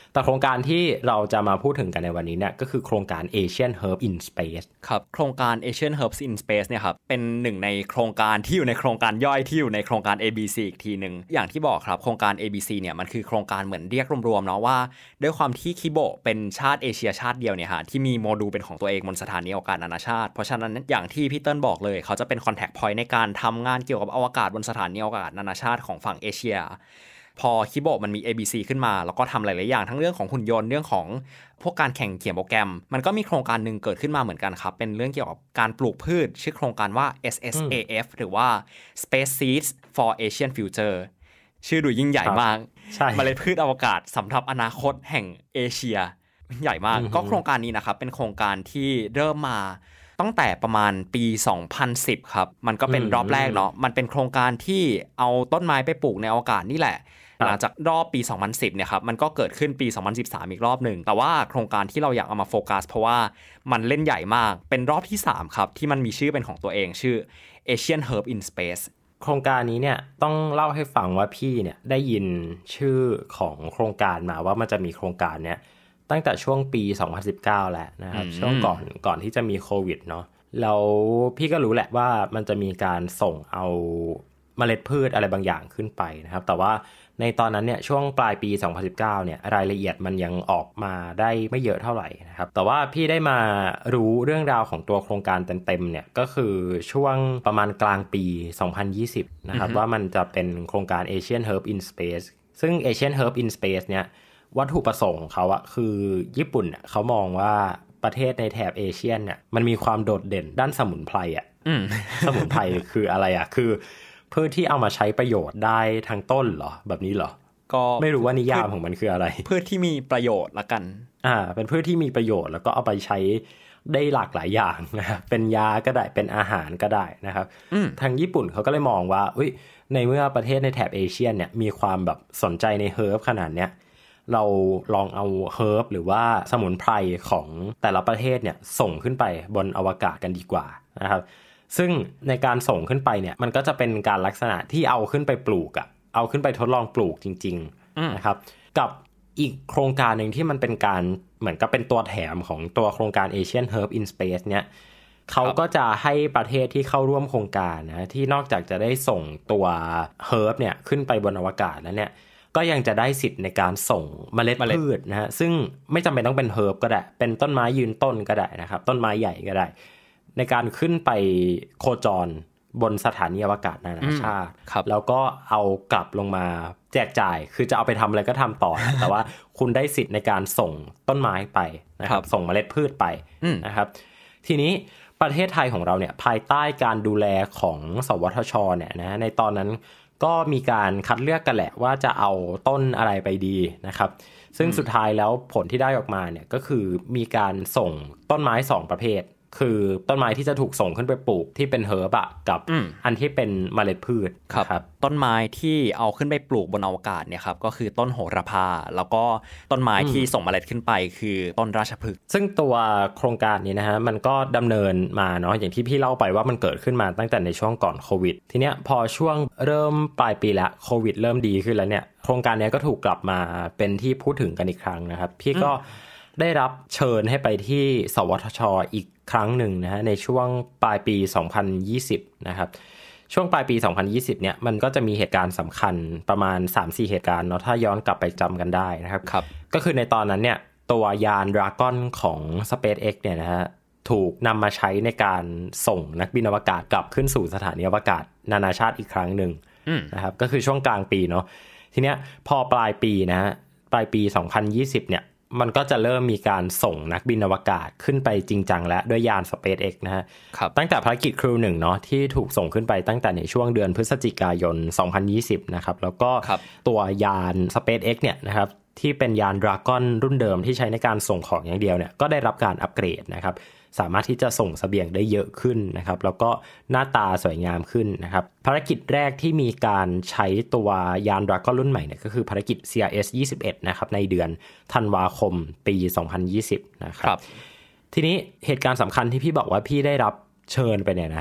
แต่โครงการที่เราจะมาพูดถึงกันในวันนี้เนี่ยก็คือโครงการ Asian Herb in Space ครับโครงการ Asian Herbs in Space เนี่ยครับเป็นหนึ่งในโครงการที่อยู่ในโครงการย่อยที่อยู่ในโครงการ เอ บี ซี อีกทีนึงอย่างที่บอกครับโครงการ เอ บี ซี เนี่ยมันคือโครงการเหมือนเรียกรวมๆเนาะว่าด้วยความที่คิโบะเป็นชาติเอเชียชาติเดียวเนี่ยฮะที่มีโมดูลเป็นของตัวเองบนสถานีอวกาศนานาชาติเพราะฉะนั้นอย่างที่พี่เติ้ลบอกเลยเขาจะเป็น contact point ในการทำงานเกี่ยวกับอวกาศบนสถานีอวกาศนานาชาติของฝั่งเอเชียพอคิโบะมันมี เอ บี ซี ขึ้นมาแล้วก็ทำหลายๆอย่างทั้งเรื่องของหุ่นยนต์เรื่องของพวกการแข่งเขียนโปรแกรมมันก็มีโครงการนึงเกิดขึ้นมาเหมือนกันครับเป็นเรื่องเกี่ยวกับการปลูกพืชชื่อโครงการว่า เอส เอส เอ เอฟ หรือว่า Space Seeds for Asian Future ชื่อดูยิ่งใหญ่มากเมล็ดพืชอวกาศสำหรับอนาคตแห่งเอเชียใหญ่มากก็โครงการนี้นะครับเป็นโครงการที่เริ่มมาตั้งแต่ประมาณปีสองพันสิบครับมันก็เป็นรอบแรกเนาะมันเป็นโครงการที่เอาต้นไม้ไปปลูกในอวกาศนี่แหละหลังจากรอบปีสองพันสิบเนี่ยครับมันก็เกิดขึ้นปีสองพันสิบสามอีกรอบหนึ่งแต่ว่าโครงการที่เราอยากเอามาโฟกัสเพราะว่ามันเล่นใหญ่มากเป็นรอบที่สามครับที่มันมีชื่อเป็นของตัวเองชื่อ Asian Herb in Space โครงการนี้เนี่ยต้องเล่าให้ฟังว่าพี่เนี่ยได้ยินชื่อของโครงการมาว่ามันจะมีโครงการเนี้ยตั้งแต่ช่วงปีสองพันสิบเก้าแล้วนะครับช่วงก่อนก่อนที่จะมีโควิดเนาะแล้วพี่ก็รู้แหละว่ามันจะมีการส่งเอาเมล็ดพืชอะไรบางอย่างขึ้นไปนะครับแต่ว่าในตอนนั้นเนี่ยช่วงปลายปีสองพันสิบเก้าเนี่ยรายละเอียดมันยังออกมาได้ไม่เยอะเท่าไหร่นะครับแต่ว่าพี่ได้มารู้เรื่องราวของตัวโครงการเต็มๆเนี่ยก็คือช่วงประมาณกลางปีสองพันยี่สิบนะครับ mm-hmm. ว่ามันจะเป็นโครงการ Asian Herb in Space ซึ่ง Asian Herb in Space เนี่ยวัตถุประสงค์ของเขาอะคือญี่ปุ่นเนี่ยเขามองว่าประเทศในแถบเอเชียเนี่ยมันมีความโดดเด่นด้านสมุนไพรอะ สมุนไพรคืออะไรอะคือพืชที่เอามาใช้ประโยชน์ได้ทั้งต้นเหรอแบบนี้เหรอก็ไม่รู้ว่านิยามของมันคืออะไรพืชที่มีประโยชน์ละกันอ่าเป็นพืชที่มีประโยชน์แล้วก็เอาไปใช้ได้หลากหลายอย่างนะครับเป็นยาก็ได้เป็นอาหารก็ได้นะครับทางญี่ปุ่นเขาก็เลยมองว่าอุ๊ยในเมื่อประเทศในแถบเอเชียเนี่ยมีความแบบสนใจในเฮิร์บขนาดเนี้ยเราลองเอาเฮิร์บหรือว่าสมุนไพรของแต่ละประเทศเนี่ยส่งขึ้นไปบนอวกาศกันดีกว่านะครับซึ่งในการส่งขึ้นไปเนี่ยมันก็จะเป็นการลักษณะที่เอาขึ้นไปปลูกอะเอาขึ้นไปทดลองปลูกจริงๆนะครับกับอีกโครงการหนึ่งที่มันเป็นการเหมือนกับเป็นตัวแถมของตัวโครงการ Asian Herb in Space เนี่ยเขาก็จะให้ประเทศที่เข้าร่วมโครงการนะที่นอกจากจะได้ส่งตัวเฮิร์บเนี่ยขึ้นไปบนอวกาศแล้วเนี่ยก็ยังจะได้สิทธิ์ในการส่งเมล็ดพืชนะฮะซึ่งไม่จำเป็นต้องเป็นเฮิร์บก็ได้เป็นต้นไม้ยืนต้นก็ได้นะครับต้นไม้ใหญ่ก็ได้ในการขึ้นไปโคจรบนสถานีอวกาศนานาชาติแล้วก็เอากลับลงมาแจกจ่ายคือจะเอาไปทำอะไรก็ทำต่อ แต่ว่าคุณได้สิทธิ์ในการส่งต้นไม้ไปนะครับส่งเมล็ดพืชไปนะครับทีนี้ประเทศไทยของเราเนี่ยภายใต้การดูแลของสวทช.เนี่ยนะในตอนนั้นก็มีการคัดเลือกกันแหละว่าจะเอาต้นอะไรไปดีนะครับซึ่งสุดท้ายแล้วผลที่ได้ออกมาเนี่ยก็คือมีการส่งต้นไม้สองประเภทคือต้นไม้ที่จะถูกส่งขึ้นไปปลูกที่เป็นเฮิร์บอะกับออันที่เป็นเมล็ดพืชครับรบต้นไม้ที่เอาขึ้นไปปลูกบนอวกาศเนี่ยครับก็คือต้นโหระพาแล้วก็ต้นไม้ที่ส่งเมล็ดขึ้นไปคือต้นราชพฤกษ์ซึ่งตัวโครงการนี้นะฮะมันก็ดำเนินมาเนาะอย่างที่พี่เล่าไปว่ามันเกิดขึ้นมาตั้งแต่ในช่วงก่อนโควิดทีเนี้ยพอช่วงเริ่มปลายปีแล้วโควิดเริ่มดีขึ้นแล้วเนี่ยโครงการนี้ก็ถูกกลับมาเป็นที่พูดถึงกันอีกครั้งนะครับพี่ก็ได้รับเชิญให้ไปที่สวทช.อีกครั้งหนึ่งนะฮะในช่วงปลายปีสองพันยี่สิบนะครับช่วงปลายปีสองพันยี่สิบเนี่ยมันก็จะมีเหตุการณ์สำคัญประมาณ สามสี่ เหตุการณ์เนาะถ้าย้อนกลับไปจำกันได้นะครับครับก็คือในตอนนั้นเนี่ยตัวยาน Dragon ของ SpaceX เนี่ยนะฮะถูกนำมาใช้ในการส่งนักบินอวกาศกลับขึ้นสู่สถานีอวกาศนานาชาติอีกครั้งหนึ่งนะครับก็คือช่วงกลางปีเนาะทีเนี้ยพอปลายปีนะฮะปลายปีสองพันยี่สิบเนี่ยมันก็จะเริ่มมีการส่งนักบินอวกาศขึ้นไปจริงจังแล้วด้วยยาน SpaceX นะฮะตั้งแต่ภารกิจครูหนึ่งเนาะที่ถูกส่งขึ้นไปตั้งแต่ในช่วงเดือนพฤศจิกายนสองพันยี่สิบนะครับแล้วก็ตัวยาน SpaceX เนี่ยนะครับที่เป็นยาน Dragon รุ่นเดิมที่ใช้ในการส่งของอย่างเดียวเนี่ยก็ได้รับการอัปเกรดนะครับสามารถที่จะส่งเสบียงได้เยอะขึ้นนะครับแล้วก็หน้าตาสวยงามขึ้นนะครับภารกิจแรกที่มีการใช้ตัวยาน Dragon รุ่นใหม่เนี่ยก็คือภารกิจ ซี อาร์ เอส ยี่สิบเอ็ดนะครับในเดือนธันวาคมปีสองพันยี่สิบนะครับทีนี้เหตุการณ์สำคัญที่พี่บอกว่าพี่ได้รับเชิญไปเนี่ยนะฮะ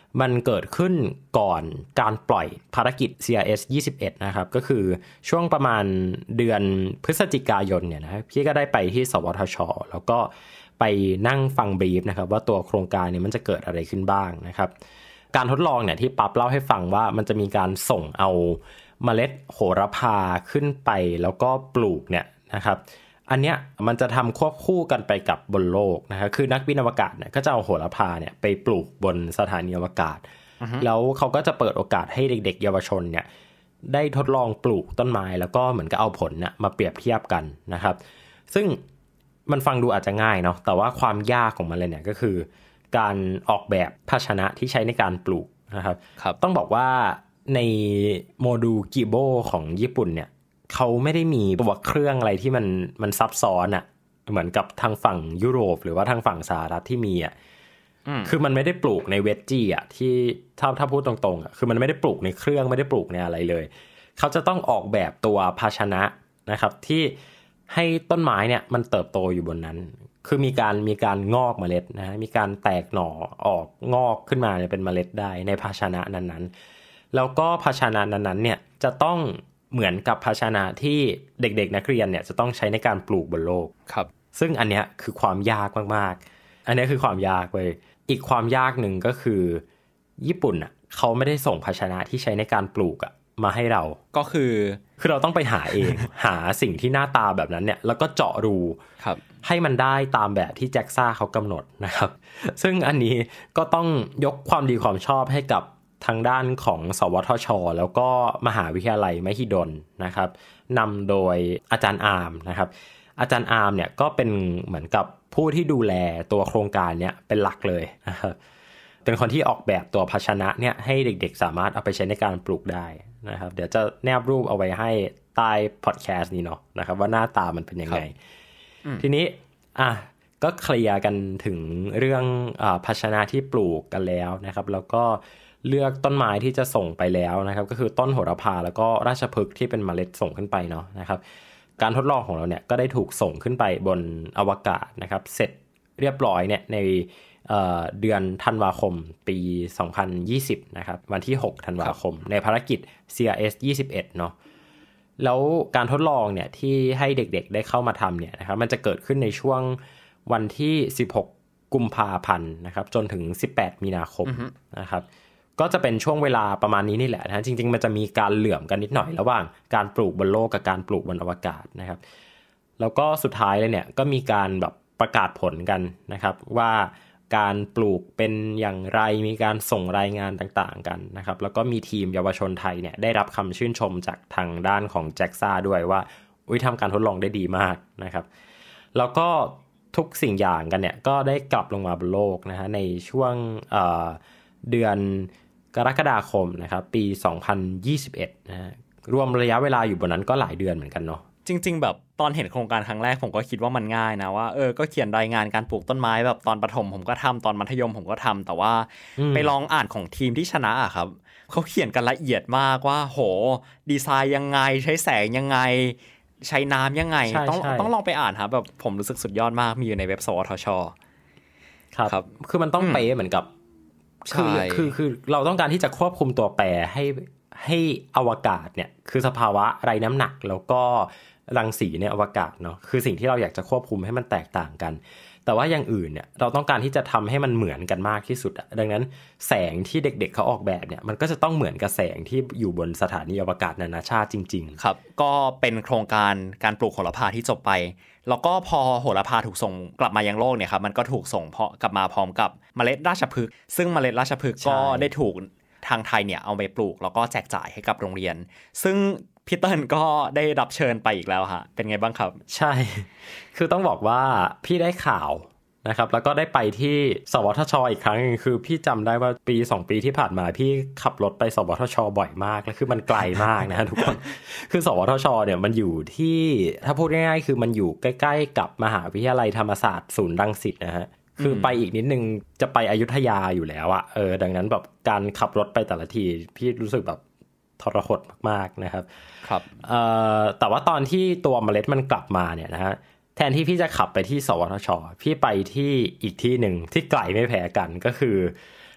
มันเกิดขึ้นก่อนการปล่อยภารกิจ ซี อาร์ เอส ยี่สิบเอ็ดนะครับก็คือช่วงประมาณเดือนพฤศจิกายนเนี่ยนะพี่ก็ได้ไปที่สวทช.แล้วก็ไปนั่งฟังบรีฟนะครับว่าตัวโครงการนี้มันจะเกิดอะไรขึ้นบ้างนะครับการทดลองเนี่ยที่ปั๊บเล่าให้ฟังว่ามันจะมีการส่งเอาเมล็ดโหระพาขึ้นไปแล้วก็ปลูกเนี่ยนะครับอันเนี้ยมันจะทำควบคู่กันไปกับบนโลกนะครับคือนักบินอวกาศเนี่ยก็จะเอาโหระพาเนี่ยไปปลูกบนสถานีอวกาศ uh-huh. แล้วเขาก็จะเปิดโอกาสให้เด็กๆเยาวชนเนี่ยได้ทดลองปลูกต้นไม้แล้วก็เหมือนกับเอาผลเนี่ยมาเปรียบเทียบกันนะครับซึ่งมันฟังดูอาจจะง่ายเนาะแต่ว่าความยากของมันเลยเนี่ยก็คือการออกแบบภาชนะที่ใช้ในการปลูกนะครับต้องบอกว่าในโมดูลกิโบของญี่ปุ่นเนี่ยเขาไม่ได้มีตัวเครื่องอะไรที่มันมันซับซ้อนอ่ะเหมือนกับทางฝั่งยุโรปหรือว่าทางฝั่งสหรัฐที่มีอ่ะคือมันไม่ได้ปลูกในเวจจี้อ่ะที่ถ้าถ้าพูดตรงๆอ่ะคือมันไม่ได้ปลูกในเครื่องไม่ได้ปลูกในอะไรเลยเขาจะต้องออกแบบตัวภาชนะนะครับที่ให้ต้นไม้เนี่ยมันเติบโตอยู่บนนั้นคือมีการมีการงอกเมล็ดนะมีการแตกหน่อออกงอกขึ้นมาเป็นเมล็ดได้ในภาชนะนั้นๆแล้วก็ภาชนะนั้นๆเนี่ยจะต้องเหมือนกับภาชนะที่เด็กๆนักเรียนเนี่ยจะต้องใช้ในการปลูกบนโลกครับซึ่งอันเนี้ยคือความยากมากๆอันนี้คือความยากเว้ยอีกความยากหนึ่งก็คือญี่ปุ่นอ่ะเขาไม่ได้ส่งภาชนะที่ใช้ในการปลูกอ่ะมาให้เราก็คือคือเราต้องไปหาเอง หาสิ่งที่หน้าตาแบบนั้นเนี่ยแล้วก็เจาะรูให้มันได้ตามแบบที่แจ็คซ่าเขากำหนดนะครับซึ่งอันนี้ก็ต้องยกความดีความชอบให้กับทางด้านของสวทช.แล้วก็มหาวิทยาลัยมหิดลนะครับนำโดยอาจารย์อาร์มนะครับอาจารย์อาร์มเนี่ยก็เป็นเหมือนกับผู้ที่ดูแลตัวโครงการเนี้ยเป็นหลักเลยนะครับเป็นคนที่ออกแบบตัวภาชนะเนี่ยให้เด็กๆสามารถเอาไปใช้ในการปลูกได้นะครับเดี๋ยวจะแนบรูปเอาไว้ให้ใต้พอดแคสต์นี้เนาะนะครับว่าหน้าตามันเป็นยังไงทีนี้อ่ะก็เคลียร์กันถึงเรื่องอ่าภาชนะที่ปลูกกันแล้วนะครับแล้วก็เลือกต้นไม้ที่จะส่งไปแล้วนะครับก็คือต้นโหระพาแล้วก็ราชพฤกษ์ที่เป็นเมล็ดส่งขึ้นไปเนาะนะครับการทดลองของเราเนี่ยก็ได้ถูกส่งขึ้นไปบนอวกาศนะครับเสร็จเรียบร้อยเนี่ยในเอ่อเดือนธันวาคมปีสองพันยี่สิบนะครับวันที่หกธันวาคมในภารกิจ ซี อาร์ เอส ยี่สิบเอ็ดเนาะแล้วการทดลองเนี่ยที่ให้เด็กๆได้เข้ามาทำเนี่ยนะครับมันจะเกิดขึ้นในช่วงวันที่สิบหกกุมภาพันธ์นะครับจนถึงสิบแปดมีนาคม uh-huh. นะครับก็จะเป็นช่วงเวลาประมาณนี้นี่แหละนะจริงๆมันจะมีการเหลื่อมกันนิดหน่อยระหว่างการปลูกบนโลกกับการปลูกบนอวกาศนะครับแล้วก็สุดท้ายเลยเนี่ยก็มีการแบบประกาศผลกันนะครับว่าการปลูกเป็นอย่างไรมีการส่งรายงานต่างๆกันนะครับแล้วก็มีทีมเยาวชนไทยเนี่ยได้รับคำชื่นชมจากทางด้านของแจ็คซ่าด้วยว่าอุ๊ยทำการทดลองได้ดีมากนะครับแล้วก็ทุกสิ่งอย่างกันเนี่ยก็ได้กลับลงมาบนโลกนะฮะในช่วงเอ่อเดือนกรกฎาคมนะครับปีสองพันยี่สิบเอ็ดนะฮะรวมระยะเวลาอยู่บนนั้นก็หลายเดือนเหมือนกันเนาะจริงๆแบบตอนเห็นโครงการครั้งแรกผมก็คิดว่ามันง่ายนะว่าเออก็เขียนรายงานการปลูกต้นไม้แบบตอนประถมผมก็ทำตอนมัธยมผมก็ทำแต่ว่าไปลองอ่านของทีมที่ชนะอ่ะครับเขาเขียนกันละเอียดมากว่าโหดีไซน์ยังไงใช้แสงยังไงใช้น้ำยังไงต้องต้องลองไปอ่านครับแบบผมรู้สึกสุดยอดมากมีอยู่ในเว็บสวทช. ครับคือมันต้องเป๊ะเหมือนกับคือคือคือเราต้องการที่จะควบคุมตัวแปรให้ให้อวกาศเนี่ยคือสภาวะไร้น้ำหนักแล้วก็รังสีในอวกาศเนาะคือสิ่งที่เราอยากจะควบคุมให้มันแตกต่างกันแต่ว่าอย่างอื่นเนี่ยเราต้องการที่จะทำให้มันเหมือนกันมากที่สุดอ่ะดังนั้นแสงที่เด็กๆเขาออกแบบเนี่ยมันก็จะต้องเหมือนกับแสงที่อยู่บนสถานีอวกาศนานาชาติจริงๆครับก็เป็นโครงการการปลูกโหระพาที่จบไปแล้วก็พอโหระพาถูกส่งกลับมายังโลกเนี่ยครับมันก็ถูกส่งเพาะกลับมาพร้อมกับเมล็ดราชพฤกษ์ซึ่งเมล็ดราชพฤกษ์ก็ได้ถูกทางไทยเนี่ยเอาไปปลูกแล้วก็แจกจ่ายให้กับโรงเรียนซึ่งพี่เติ้ลก็ได้รับเชิญไปอีกแล้วฮะเป็นไงบ้างครับใช่คือต้องบอกว่าพี่ได้ข่าวนะครับแล้วก็ได้ไปที่สวทช.อีกครั้งนึงคือพี่จำได้ว่าปีสองปีที่ผ่านมาพี่ขับรถไปสวทช.บ่อยมากแล้วคือมันไกลมากนะทุกคนคือสวทช.เนี่ยมันอยู่ที่ถ้าพูดง่ายๆคือมันอยู่ใกล้ๆกับมหาวิทยาลัยธรรมศาสตร์ศูนย์รังสิตนะฮะคือไปอีกนิดนึงจะไปอยุธยาอยู่แล้วอะเออดังนั้นแบบการขับรถไปแต่ละทีพี่รู้สึกแบบทรหดมากๆนะครับครับเอ่อแต่ว่าตอนที่ตัวเมล็ดมันกลับมาเนี่ยนะฮะแทนที่พี่จะขับไปที่สวทช.พี่ไปที่อีกที่หนึ่งที่ไกลไม่แพ้กันก็คือ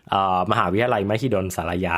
มหาวิทยาลัยมหิดลสารยา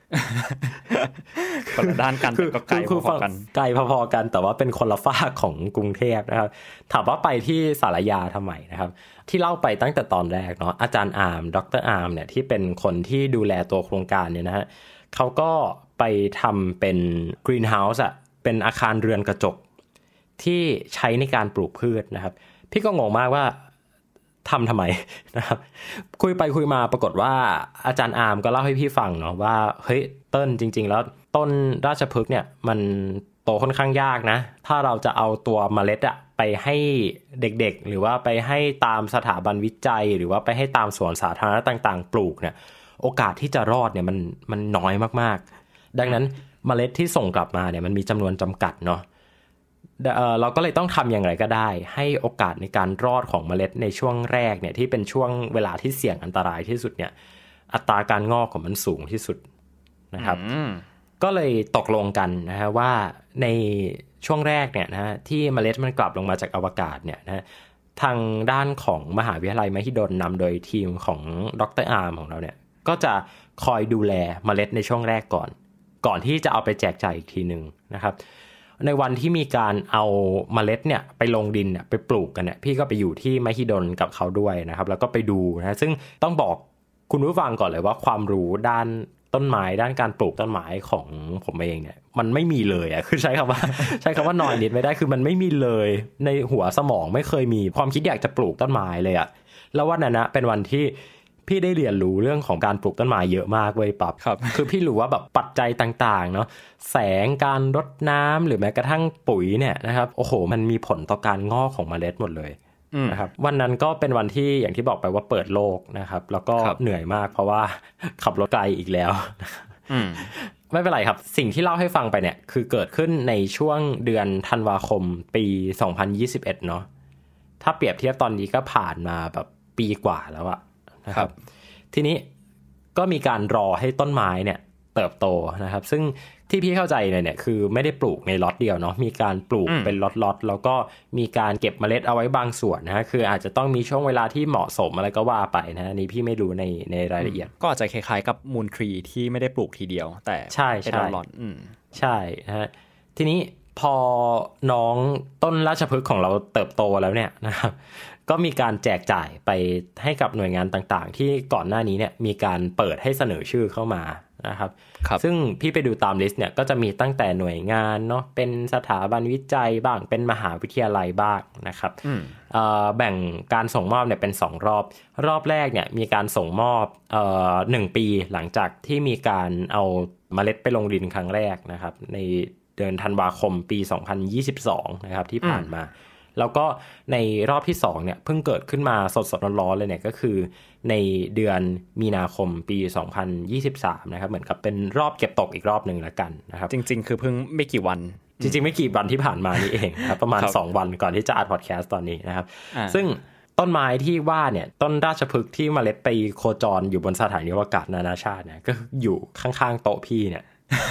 คนละด้านกันแต่ก็ไกลพอๆกันไกลพอๆกันแต่ว่าเป็นคนละฝากของกรุงเทพนะครับถามว่าไปที่สารยาทำไมนะครับที่เล่าไปตั้งแต่ตอนแรกเนาะอาจารย์อาร์มดรอาร์มเนี่ยที่เป็นคนที่ดูแลตัวโครงการเนี่ยนะฮะเขาก็ไปทำเป็นกรีนเฮาส์อ่ะเป็นอาคารเรือนกระจกที่ใช้ในการปลูกพืชนะครับพี่ก็งงมากว่าทำทำไมนะครับคุยไปคุยมาปรากฏว่าอาจารย์อาร์มก็เล่าให้พี่ฟังเนาะว่าเฮ้ยต้นจริงๆแล้วต้นราชพฤกษ์เนี่ยมันโตค่อนข้างยากนะถ้าเราจะเอาตัวเมล็ดอะไปให้เด็กๆหรือว่าไปให้ตามสถาบันวิจัยหรือว่าไปให้ตามสวนสาธารณะต่างๆปลูกเนี่ยโอกาสที่จะรอดเนี่ยมันมันน้อยมากๆดังนั้นเมล็ดที่ส่งกลับมาเนี่ยมันมีจำนวนจำกัดเนาะเราก็เลยต้องทำอย่างไรก็ได้ให้โอกาสในการรอดของเมล็ดในช่วงแรกเนี่ยที่เป็นช่วงเวลาที่เสี่ยงอันตรายที่สุดเนี่ยอัตราการงอกของมันสูงที่สุดนะครับก็เลยตกลงกันนะฮะว่าในช่วงแรกเนี่ยนะฮะที่เมล็ดมันกลับลงมาจากอวกาศเนี่ยนะทางด้านของมหาวิทยาลัยมหิดลนำโดยทีมของดรอาร์มของเราเนี่ยก็จะคอยดูแลเมล็ดในช่วงแรกก่อนก่อนที่จะเอาไปแจกจ่ายอีกทีนึงนะครับในวันที่มีการเอาเมล็ดเนี่ยไปลงดินเนี่ยไปปลูกกันเนี่ยพี่ก็ไปอยู่ที่มหิดลกับเขาด้วยนะครับแล้วก็ไปดูนะซึ่งต้องบอกคุณผู้ฟังก่อนเลยว่าความรู้ด้านต้นไม้ด้านการปลูกต้นไม้ของผมเองเนี่ยมันไม่มีเลยอ่ะคือใช้คำว่าใช้คำว่าน้อยนิดไม่ได้คือมันไม่มีเลยในหัวสมองไม่เคยมีความคิดอยากจะปลูกต้นไม้เลยอ่ะแล้ววันนั้นนะเป็นวันที่พี่ได้เรียนรู้เรื่องของการปลูกต้นไม้เยอะมากเว้ยปั๊บครับคือพี่รู้ว่าแบบปัจจัยต่างๆเนาะแสงการรดน้ำหรือแม้กระทั่งปุ๋ยเนี่ยนะครับโอ้โหมันมีผลต่อการงอกของเมล็ดหมดเลยนะครับวันนั้นก็เป็นวันที่อย่างที่บอกไปว่าเปิดโลกนะครับแล้วก็เหนื่อยมากเพราะว่าขับรถไกลอีกแล้วไม่เป็นไรครับสิ่งที่เล่าให้ฟังไปเนี่ยคือเกิดขึ้นในช่วงเดือนธันวาคมปีสองพันยี่สิบเอ็ดเนาะถ้าเปรียบเทียบตอนนี้ก็ผ่านมาแบบปีกว่าแล้วอะนะครับทีนี้ก็มีการรอให้ต้นไม้เนี่ยเติบโตนะครับซึ่งที่พี่เข้าใจเลยเนี่ยคือไม่ได้ปลูกในล็อตเดียวเนาะมีการปลูกเป็นล็อตๆแล้วก็มีการเก็บเมล็ดเอาไว้บางส่วนนะฮะคืออาจจะต้องมีช่วงเวลาที่เหมาะสมอะไรก็ว่าไปนะอันนี้พี่ไม่รู้ในในรายละเอียดก็อาจจะคล้ายๆกับมูลทรีที่ไม่ได้ปลูกทีเดียวแต่ใช่เป็นล็อตใช่นะฮะทีนี้พอน้องต้นราชพฤกษ์ของเราเติบโตแล้วเนี่ยนะครับก็มีการแจกจ่ายไปให้กับหน่วยงานต่างๆที่ก่อนหน้านี้เนี่ยมีการเปิดให้เสนอชื่อเข้ามานะครับซึ่งพี่ไปดูตามลิสต์เนี่ยก็จะมีตั้งแต่หน่วยงานเนาะเป็นสถาบันวิจัยบ้างเป็นมหาวิทยาลัยบ้างนะครับแบ่งการส่งมอบเนี่ยเป็นสองรอบรอบแรกเนี่ยมีการส่งมอบหนึ่งปีหลังจากที่มีการเอาเมล็ดไปลงดินครั้งแรกนะครับในเดือนธันวาคมปีสองพันยี่สิบสองนะครับที่ผ่านมาแล้วก็ในรอบที่สองเนี่ยเพิ่งเกิดขึ้นมาสดๆร้อนๆเลยเนี่ยก็คือในเดือนมีนาคมปีสองพันยี่สิบสามนะครับเหมือนกับเป็นรอบเก็บตกอีกรอบนึงละกันนะครับจริงๆคือเพิ่งไม่กี่วันจริงๆไม่กี่วันที่ผ่านมานี่เองครับประมาณสองวันก่อนที่จะอัดพอดแคสต์ตอนนี้นะครับซึ่งต้นไม้ที่ว่าเนี่ยต้นราชพฤกษ์ที่เมล็ดไปโคจรอยู่บนสถานีอวกาศนานาชาติเนี่ยก็อยู่ข้างๆโต๊ะพี่เนี่ย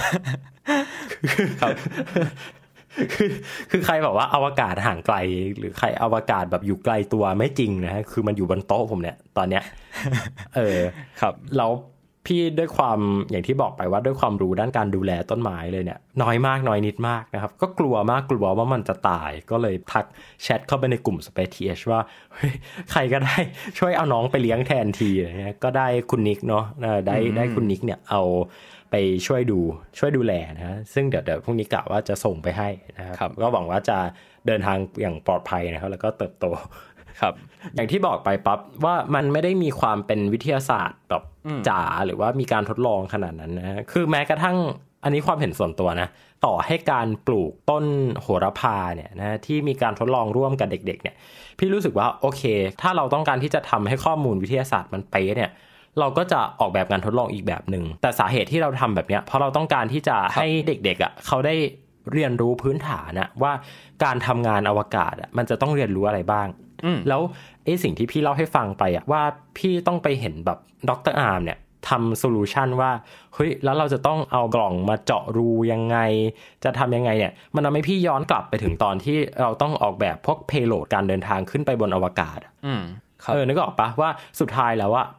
ครับคือคือใครบอกว่าอวกาศห่างไกลหรือใครอวกาศแบบอยู่ไกลตัวไม่จริงนะคือมันอยู่บนโต๊ะผมเนี่ยตอนเนี้ยเออครับแล้วพี่ด้วยความอย่างที่บอกไปว่าด้วยความรู้ด้านการดูแลต้นไม้เลยเนี่ยน้อยมากน้อยนิดมากนะครับก็กลัวมากกลัวว่ามันจะตายก็เลยทักแชทเข้าไปในกลุ่ม Space ที เอช ว่าเฮ้ยใครก็ได้ช่วยเอาน้องไปเลี้ยงแทนทีนะก็ได้คุณนิกเนาะได้ได้คุณนิกเนี่ยเอาไปช่วยดูช่วยดูแลนะซึ่งเดี๋ยวเดี๋ยวพรุ่งนี้กะว่าจะส่งไปให้นะครับก็หวังว่าจะเดินทางอย่างปลอดภัยนะครับแล้วก็เติบโตครับอย่างที่บอกไปปั๊บว่ามันไม่ได้มีความเป็นวิทยาศาสตร์แบบจ๋าหรือว่ามีการทดลองขนาดนั้นนะคือแม้กระทั่งอันนี้ความเห็นส่วนตัวนะต่อให้การปลูกต้นโหระพาเนี่ยนะที่มีการทดลองร่วมกับเด็กๆเนี่ยพี่รู้สึกว่าโอเคถ้าเราต้องการที่จะทำให้ข้อมูลวิทยาศาสตร์มันเป๊ะเนี่ยเราก็จะออกแบบการทดลองอีกแบบนึงแต่สาเหตุที่เราทำแบบนี้เพราะเราต้องการที่จะให้เด็กๆอ่ะเขาได้เรียนรู้พื้นฐานนะว่าการทำงานอวกาศอ่ะมันจะต้องเรียนรู้อะไรบ้างแล้วไอ้สิ่งที่พี่เล่าให้ฟังไปอ่ะว่าพี่ต้องไปเห็นแบบดรอาร์มเนี่ยทำโซลูชันว่าเฮ้ยแล้วเราจะต้องเอากล่องมาเจาะรูยังไงจะทำยังไงเนี่ยมันทำให้พี่ย้อนกลับไปถึงตอนที่เราต้องออกแบบพวกเพโลดการเดินทางขึ้นไปบนอวกาศอืมเออนึกออกปะว่าสุดท้ายแล้วว่า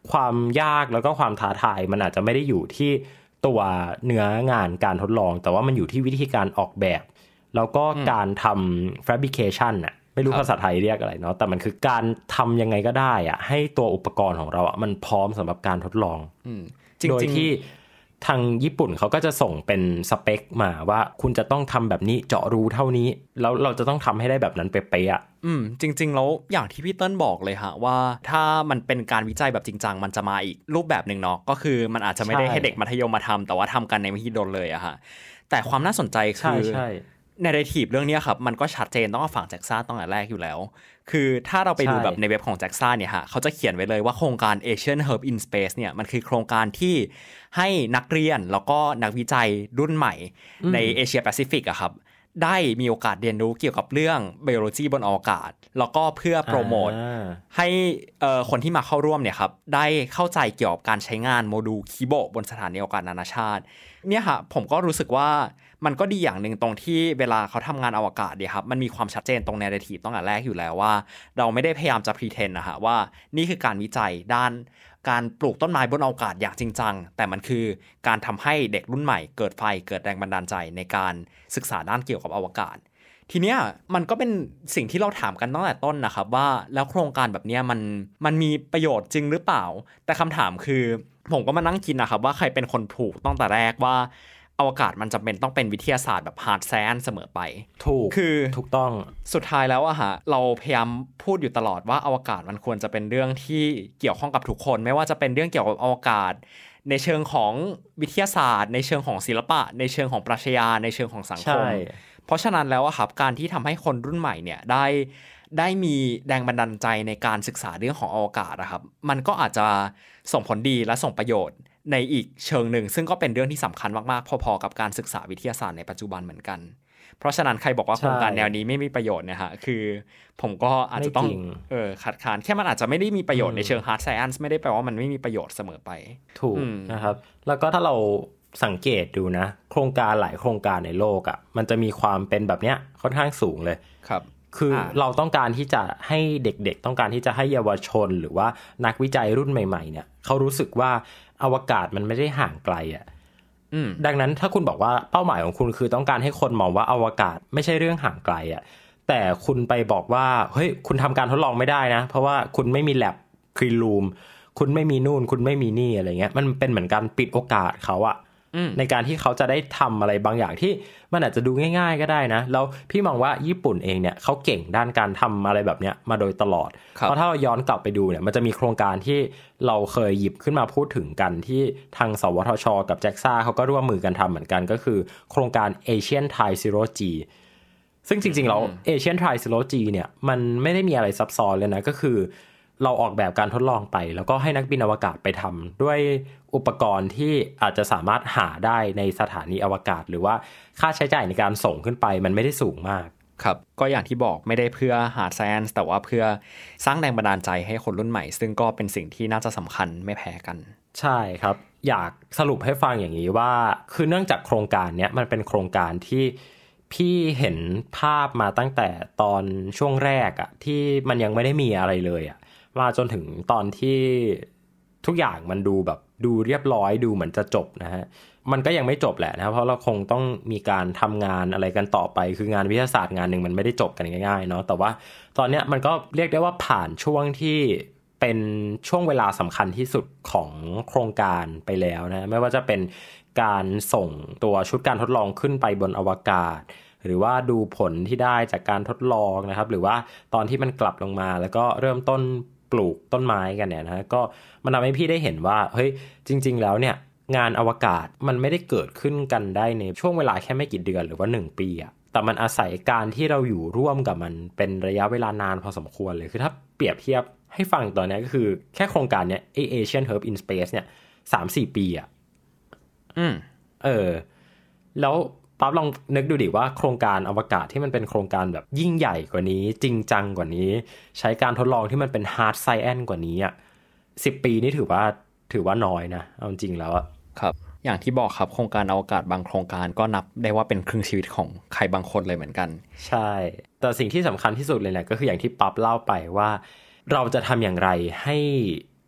ความยากแล้วก็ความท้าทายมันอาจจะไม่ได้อยู่ที่ตัวเนื้องานการทดลองแต่ว่ามันอยู่ที่วิธีการออกแบบแล้วก็การทำ fabrication น่ะไม่รู้ภาษาไทยเรียกอะไรเนาะแต่มันคือการทำยังไงก็ได้อะให้ตัวอุปกรณ์ของเราอ่ะมันพร้อมสำหรับการทดลองโดยที่ทางญี่ปุ่นเขาก็จะส่งเป็นสเปคมาว่าคุณจะต้องทำแบบนี้เจาะรูเท่านี้แล้วเราจะต้องทำให้ได้แบบนั้นเป๊ะๆอ่ะอืมจริงๆแล้วอย่างที่พี่เติ้ลบอกเลยฮะว่าถ้ามันเป็นการวิจัยแบบจริงจังมันจะมาอีกรูปแบบนึงเนาะก็คือมันอาจจะไม่ได้ให้เด็กมัธยมมาทำแต่ว่าทำกันในมหิดลเลยอะฮะแต่ความน่าสนใจคือในเรทีฟเรื่องนี้ครับมันก็ชัดเจนต้องเอาฝั่งแจ็กซ่าตั้งแต่แรกอยู่แล้วคือถ้าเราไปดูแบบในเว็บของแจ็กซ่าเนี่ยฮะเขาจะเขียนไว้เลยว่าโครงการ Asian Herb in Space เนี่ยมันคือโครงการที่ให้นักเรียนแล้วก็นักวิจัยรุ่นใหม่ในเอเชียแปซิฟิกอะครับได้มีโอกาสเรียนรู้เกี่ยวกับเรื่องไบโอโลจีบนอวกาศแล้วก็เพื่อโปรโมทให้คนที่มาเข้าร่วมเนี่ยครับได้เข้าใจเกี่ยวกับการใช้งานโมดูลคิโบะบนสถานีอวกาศนานาชาติเนี่ยฮะผมก็รู้สึกว่ามันก็ดีอย่างนึงตรงที่เวลาเขาทำงานอวกาศเนี่ยครับมันมีความชัดเจนตรง narrative ตั้งแต่แรกอยู่แล้วว่าเราไม่ได้พยายามจะ pretend นะฮะว่านี่คือการวิจัยด้านการปลูกต้นไม้บนอวกาศอย่างจริงจังแต่มันคือการทำให้เด็กรุ่นใหม่เกิดไฟเกิดแรงบันดาลใจในการศึกษาด้านเกี่ยวกับอวกาศทีเนี้ยมันก็เป็นสิ่งที่เราถามกันตั้งแต่ต้นนะครับว่าแล้วโครงการแบบเนี้ยมันมันมีประโยชน์จริงหรือเปล่าแต่คำถามคือผมก็มานั่งคิดนะครับว่าใครเป็นคนถูกตั้งแต่แรกว่าอวกาศมันจำเป็นต้องเป็นวิทยาศาสตร์แบบ hard science เสมอไปถูกคือถูกต้องสุดท้ายแล้วอะฮะเราพยายามพูดอยู่ตลอดว่าอวกาศมันควรจะเป็นเรื่องที่เกี่ยวข้องกับทุกคนไม่ว่าจะเป็นเรื่องเกี่ยวกับอวกาศในเชิงของวิทยาศาสตร์ในเชิงของศิลปะในเชิงของปรัชญาในเชิงของสังคมเพราะฉะนั้นแล้วอะครับการที่ทำให้คนรุ่นใหม่เนี่ยได้ได้มีแรงบันดาลใจในการศึกษาเรื่องของอวกาศนะครับมันก็อาจจะส่งผลดีและส่งประโยชน์ในอีกเชิงหนึ่งซึ่งก็เป็นเรื่องที่สำคัญมากๆพอๆกับการศึกษาวิทยาศาสตร์ในปัจจุบันเหมือนกันเพราะฉะนั้นใครบอกว่าโครงการแนวนี้ไม่มีประโยชน์เนี่ยฮะคือผมก็อาจจะต้องเออขัดขานแค่มันอาจจะไม่ได้มีประโยชน์ในเชิง hard science ไม่ได้แปลว่ามันไม่มีประโยชน์เสมอไปถูกนะครับแล้วก็ถ้าเราสังเกตดูนะโครงการหลายโครงการในโลกอ่ะมันจะมีความเป็นแบบเนี้ยค่อนข้างสูงเลยครับคือเราต้องการที่จะให้เด็กๆต้องการที่จะให้เยาวชนหรือว่านักวิจัยรุ่นใหม่ๆเนี่ยเขารู้สึกว่าอวกาศมันไม่ได้ห่างไกลอ่ะดังนั้นถ้าคุณบอกว่าเป้าหมายของคุณคือต้องการให้คนมองว่าอวกาศไม่ใช่เรื่องห่างไกลอ่ะแต่คุณไปบอกว่าเฮ้ยคุณทำการทดลองไม่ได้นะเพราะว่าคุณไม่มี lab clean room คุณไม่มีนู่นคุณไม่มีนี่อะไรเงี้ยมันเป็นเหมือนการปิดโอกาสเขาอะในการที่เขาจะได้ทำอะไรบางอย่างที่มันอาจจะดูง่ายๆก็ได้นะแล้วพี่มองว่าญี่ปุ่นเองเนี่ยเขาเก่งด้านการทำอะไรแบบเนี้ยมาโดยตลอดเพราะถ้าเราย้อนกลับไปดูเนี่ยมันจะมีโครงการที่เราเคยหยิบขึ้นมาพูดถึงกันที่ทางสวทช.กับแจ็กซ่าเขาก็ร่วมมือกันทำเหมือนกันก็คือโครงการ Asian Tri Zero G ซึ่งจริงๆแล้ว Asian Tri Zero G เนี่ยมันไม่ได้มีอะไรซับซ้อนเลยนะก็คือเราออกแบบการทดลองไปแล้วก็ให้นักบินอวกาศไปทำด้วยอุปกรณ์ที่อาจจะสามารถหาได้ในสถานีอวกาศหรือว่าค่าใช้จ่ายในการส่งขึ้นไปมันไม่ได้สูงมากครับก็อย่างที่บอกไม่ได้เพื่อ hard science แต่ว่าเพื่อสร้างแรงบันดาลใจให้คนรุ่นใหม่ซึ่งก็เป็นสิ่งที่น่าจะสำคัญไม่แพ้กันใช่ครับอยากสรุปให้ฟังอย่างนี้ว่าคือเนื่องจากโครงการนี้มันเป็นโครงการที่พี่เห็นภาพมาตั้งแต่ตอนช่วงแรกอะที่มันยังไม่ได้มีอะไรเลยอะมาจนถึงตอนที่ทุกอย่างมันดูแบบดูเรียบร้อยดูเหมือนจะจบนะฮะมันก็ยังไม่จบแหละนะเพราะเราคงต้องมีการทำงานอะไรกันต่อไปคืองานวิทยาศาสตร์งานหนึ่งมันไม่ได้จบกันง่ายๆเนาะแต่ว่าตอนนี้มันก็เรียกได้ว่าผ่านช่วงที่เป็นช่วงเวลาสำคัญที่สุดของโครงการไปแล้วนะไม่ว่าจะเป็นการส่งตัวชุดการทดลองขึ้นไปบนอวกาศหรือว่าดูผลที่ได้จากการทดลองนะครับหรือว่าตอนที่มันกลับลงมาแล้วก็เริ่มต้นปลูกต้นไม้กันเนี่ยนะก็มันทำให้พี่ได้เห็นว่าเฮ้ยจริงๆแล้วเนี่ยงานอวกาศมันไม่ได้เกิดขึ้นกันได้ในช่วงเวลาแค่ไม่กี่เดือนหรือว่าหนึ่งปีอะแต่มันอาศัยการที่เราอยู่ร่วมกับมันเป็นระยะเวลานานพอสมควรเลยคือถ้าเปรียบเทียบให้ฟังตอนนี้ก็คือแค่โครงการเนี้ย Asian Herb in Space เนี่ย สามถึงสี่ ปีอะอืมเออแล้วปั๊บลองนึกดูดิว่าโครงการอวกาศที่มันเป็นโครงการแบบยิ่งใหญ่กว่านี้จริงจังกว่านี้ใช้การทดลองที่มันเป็น hard science กว่านี้อ่ะสิบปีนี่ถือว่าถือว่าน้อยนะเอาจริงแล้วอ่ะครับอย่างที่บอกครับโครงการอวกาศบางโครงการก็นับได้ว่าเป็นครึ่งชีวิตของใครบางคนเลยเหมือนกันใช่แต่สิ่งที่สำคัญที่สุดเลยเนี่ยก็คืออย่างที่ปั๊บเล่าไปว่าเราจะทำอย่างไรให้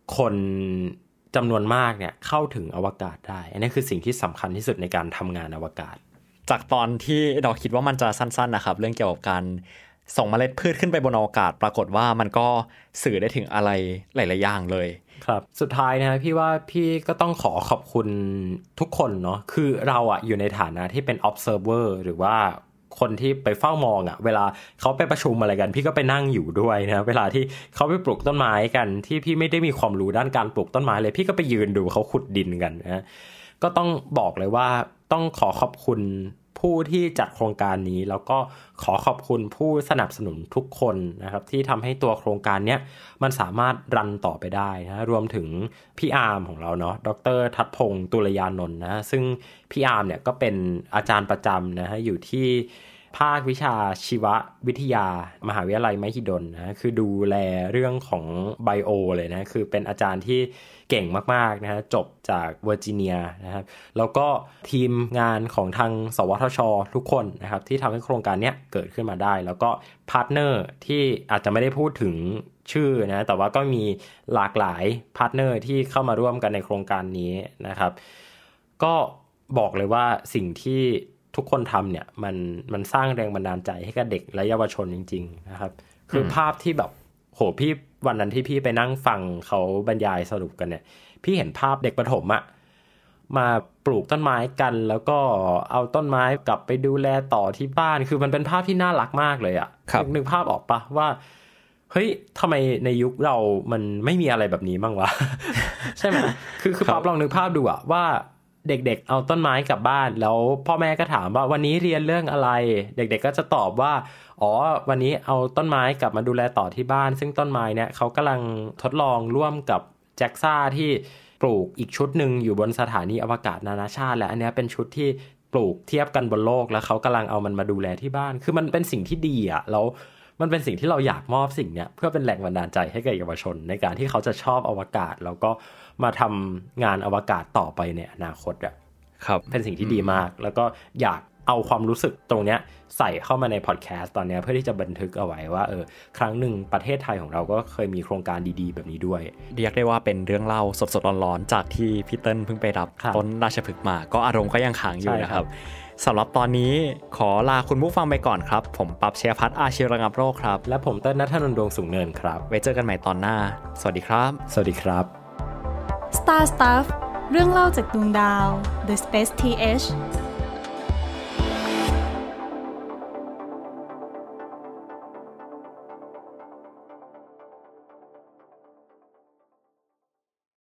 คนจำนวนมากเนี่ยเข้าถึงอวกาศได้อันนี้คือสิ่งที่สำคัญที่สุดในการทำงานอวกาศจากตอนที่เราคิดว่ามันจะสั้นๆนะครับเรื่องเกี่ยวกับการส่งเมล็ดพืชขึ้นไปบนอวกาศปรากฏว่ามันก็สื่อได้ถึงอะไรหลายๆอย่างเลยครับสุดท้ายนะพี่ว่าพี่ก็ต้องขอขอบคุณทุกคนเนาะคือเราอะอยู่ในฐานะที่เป็น observer หรือว่าคนที่ไปเฝ้ามองอะเวลาเขาไปประชุมอะไรกันพี่ก็ไปนั่งอยู่ด้วยนะเวลาที่เขาไปปลูกต้นไม้กันที่พี่ไม่ได้มีความรู้ด้านการปลูกต้นไม้เลยพี่ก็ไปยืนดูเขาขุดดินกันนะก็ต้องบอกเลยว่าต้องขอขอบคุณผู้ที่จัดโครงการนี้แล้วก็ขอขอบคุณผู้สนับสนุนทุกคนนะครับที่ทำให้ตัวโครงการนี้มันสามารถรันต่อไปได้นะรวมถึงพี่อาร์มของเราเนาะดร.ทัศพงศ์ตุลยานนท์นะซึ่งพี่อาร์มเนี่ยก็เป็นอาจารย์ประจำนะฮะอยู่ที่ภาควิชาชีววิทยามหาวิทยาลัยมหิดลนะคือดูแลเรื่องของไบโอเลยนะคือเป็นอาจารย์ที่เก่งมากๆนะฮะจบจากเวอร์จิเนียนะครับแล้วก็ทีมงานของทางสวทช.ทุกคนนะครับที่ทำให้โครงการนี้เกิดขึ้นมาได้แล้วก็พาร์ทเนอร์ที่อาจจะไม่ได้พูดถึงชื่อนะแต่ว่าก็มีหลากหลายพาร์ทเนอร์ที่เข้ามาร่วมกันในโครงการนี้นะครับก็บอกเลยว่าสิ่งที่ทุกคนทำเนี่ยมันมันสร้างแรงบันดาลใจให้กับเด็กและเยาวชนจริงๆนะครับคือภาพที่แบบโหพี่วันนั้นที่พี่ไปนั่งฟังเขาบรรยายสรุปกันเนี่ยพี่เห็นภาพเด็กประถมอะมาปลูกต้นไม้กันแล้วก็เอาต้นไม้กลับไปดูแลต่อที่บ้านคือมันเป็นภาพที่น่ารักมากเลยอะนึกภาพออกปะว่าเฮ้ยทำไมในยุคเรามันไม่มีอะไรแบบนี้บ้างวะ ใช่ไหมคือคือป๊อปลองนึกภาพดูอะว่าเด็กๆเอาต้นไม้กลับบ้านแล้วพ่อแม่ก็ถามว่าวันนี้เรียนเรื่องอะไรเด็กๆก็จะตอบว่าอ๋อวันนี้เอาต้นไม้กลับมาดูแลต่อที่บ้านซึ่งต้นไม้เนี่ยเขากำลังทดลองร่วมกับแจ็กซ่าที่ปลูกอีกชุดหนึ่งอยู่บนสถานีอวกาศนานาชาติและอันนี้เป็นชุดที่ปลูกเทียบกันบนโลกแล้วเขากำลังเอามันมาดูแลที่บ้านคือมันเป็นสิ่งที่ดีอ่ะแล้วมันเป็นสิ่งที่เราอยากมอบสิ่งเนี้ยเพื่อเป็นแรงบันดาลใจให้กับเยาวชนในการที่เขาจะชอบอวกาศแล้วก็มาทำงานอวกาศต่อไปในอนาคตอ่ะครับเป็นสิ่งที่ดีมากแล้วก็อยากเอาความรู้สึกตรงเนี้ยใส่เข้ามาในพอดแคสต์ตอนนี้เพื่อที่จะบันทึกเอาไว้ว่าเออครั้งหนึ่งประเทศไทยของเราก็เคยมีโครงการดีๆแบบนี้ด้วยเรียกได้ว่าเป็นเรื่องเล่าสดๆร้อนๆจากที่พี่เติ้ลเพิ่งไปรับต้นราชพฤกษ์มาก็อารมณ์ก็ยังค้างอยู่นะครับสำหรับตอนนี้ขอลาคุณผู้ฟังไปก่อนครับผมปั๊บเชียร์พัฒน์อาชีวระงับโรคครับและผมเติ้ลณัฐนนท์ดวงสูงเนินครับไว้เจอกันใหม่ตอนหน้าสวัสดีครับสวัสดีครับ Star Stuff เรื่องเล่าจากดวงดาว The Space ที เอช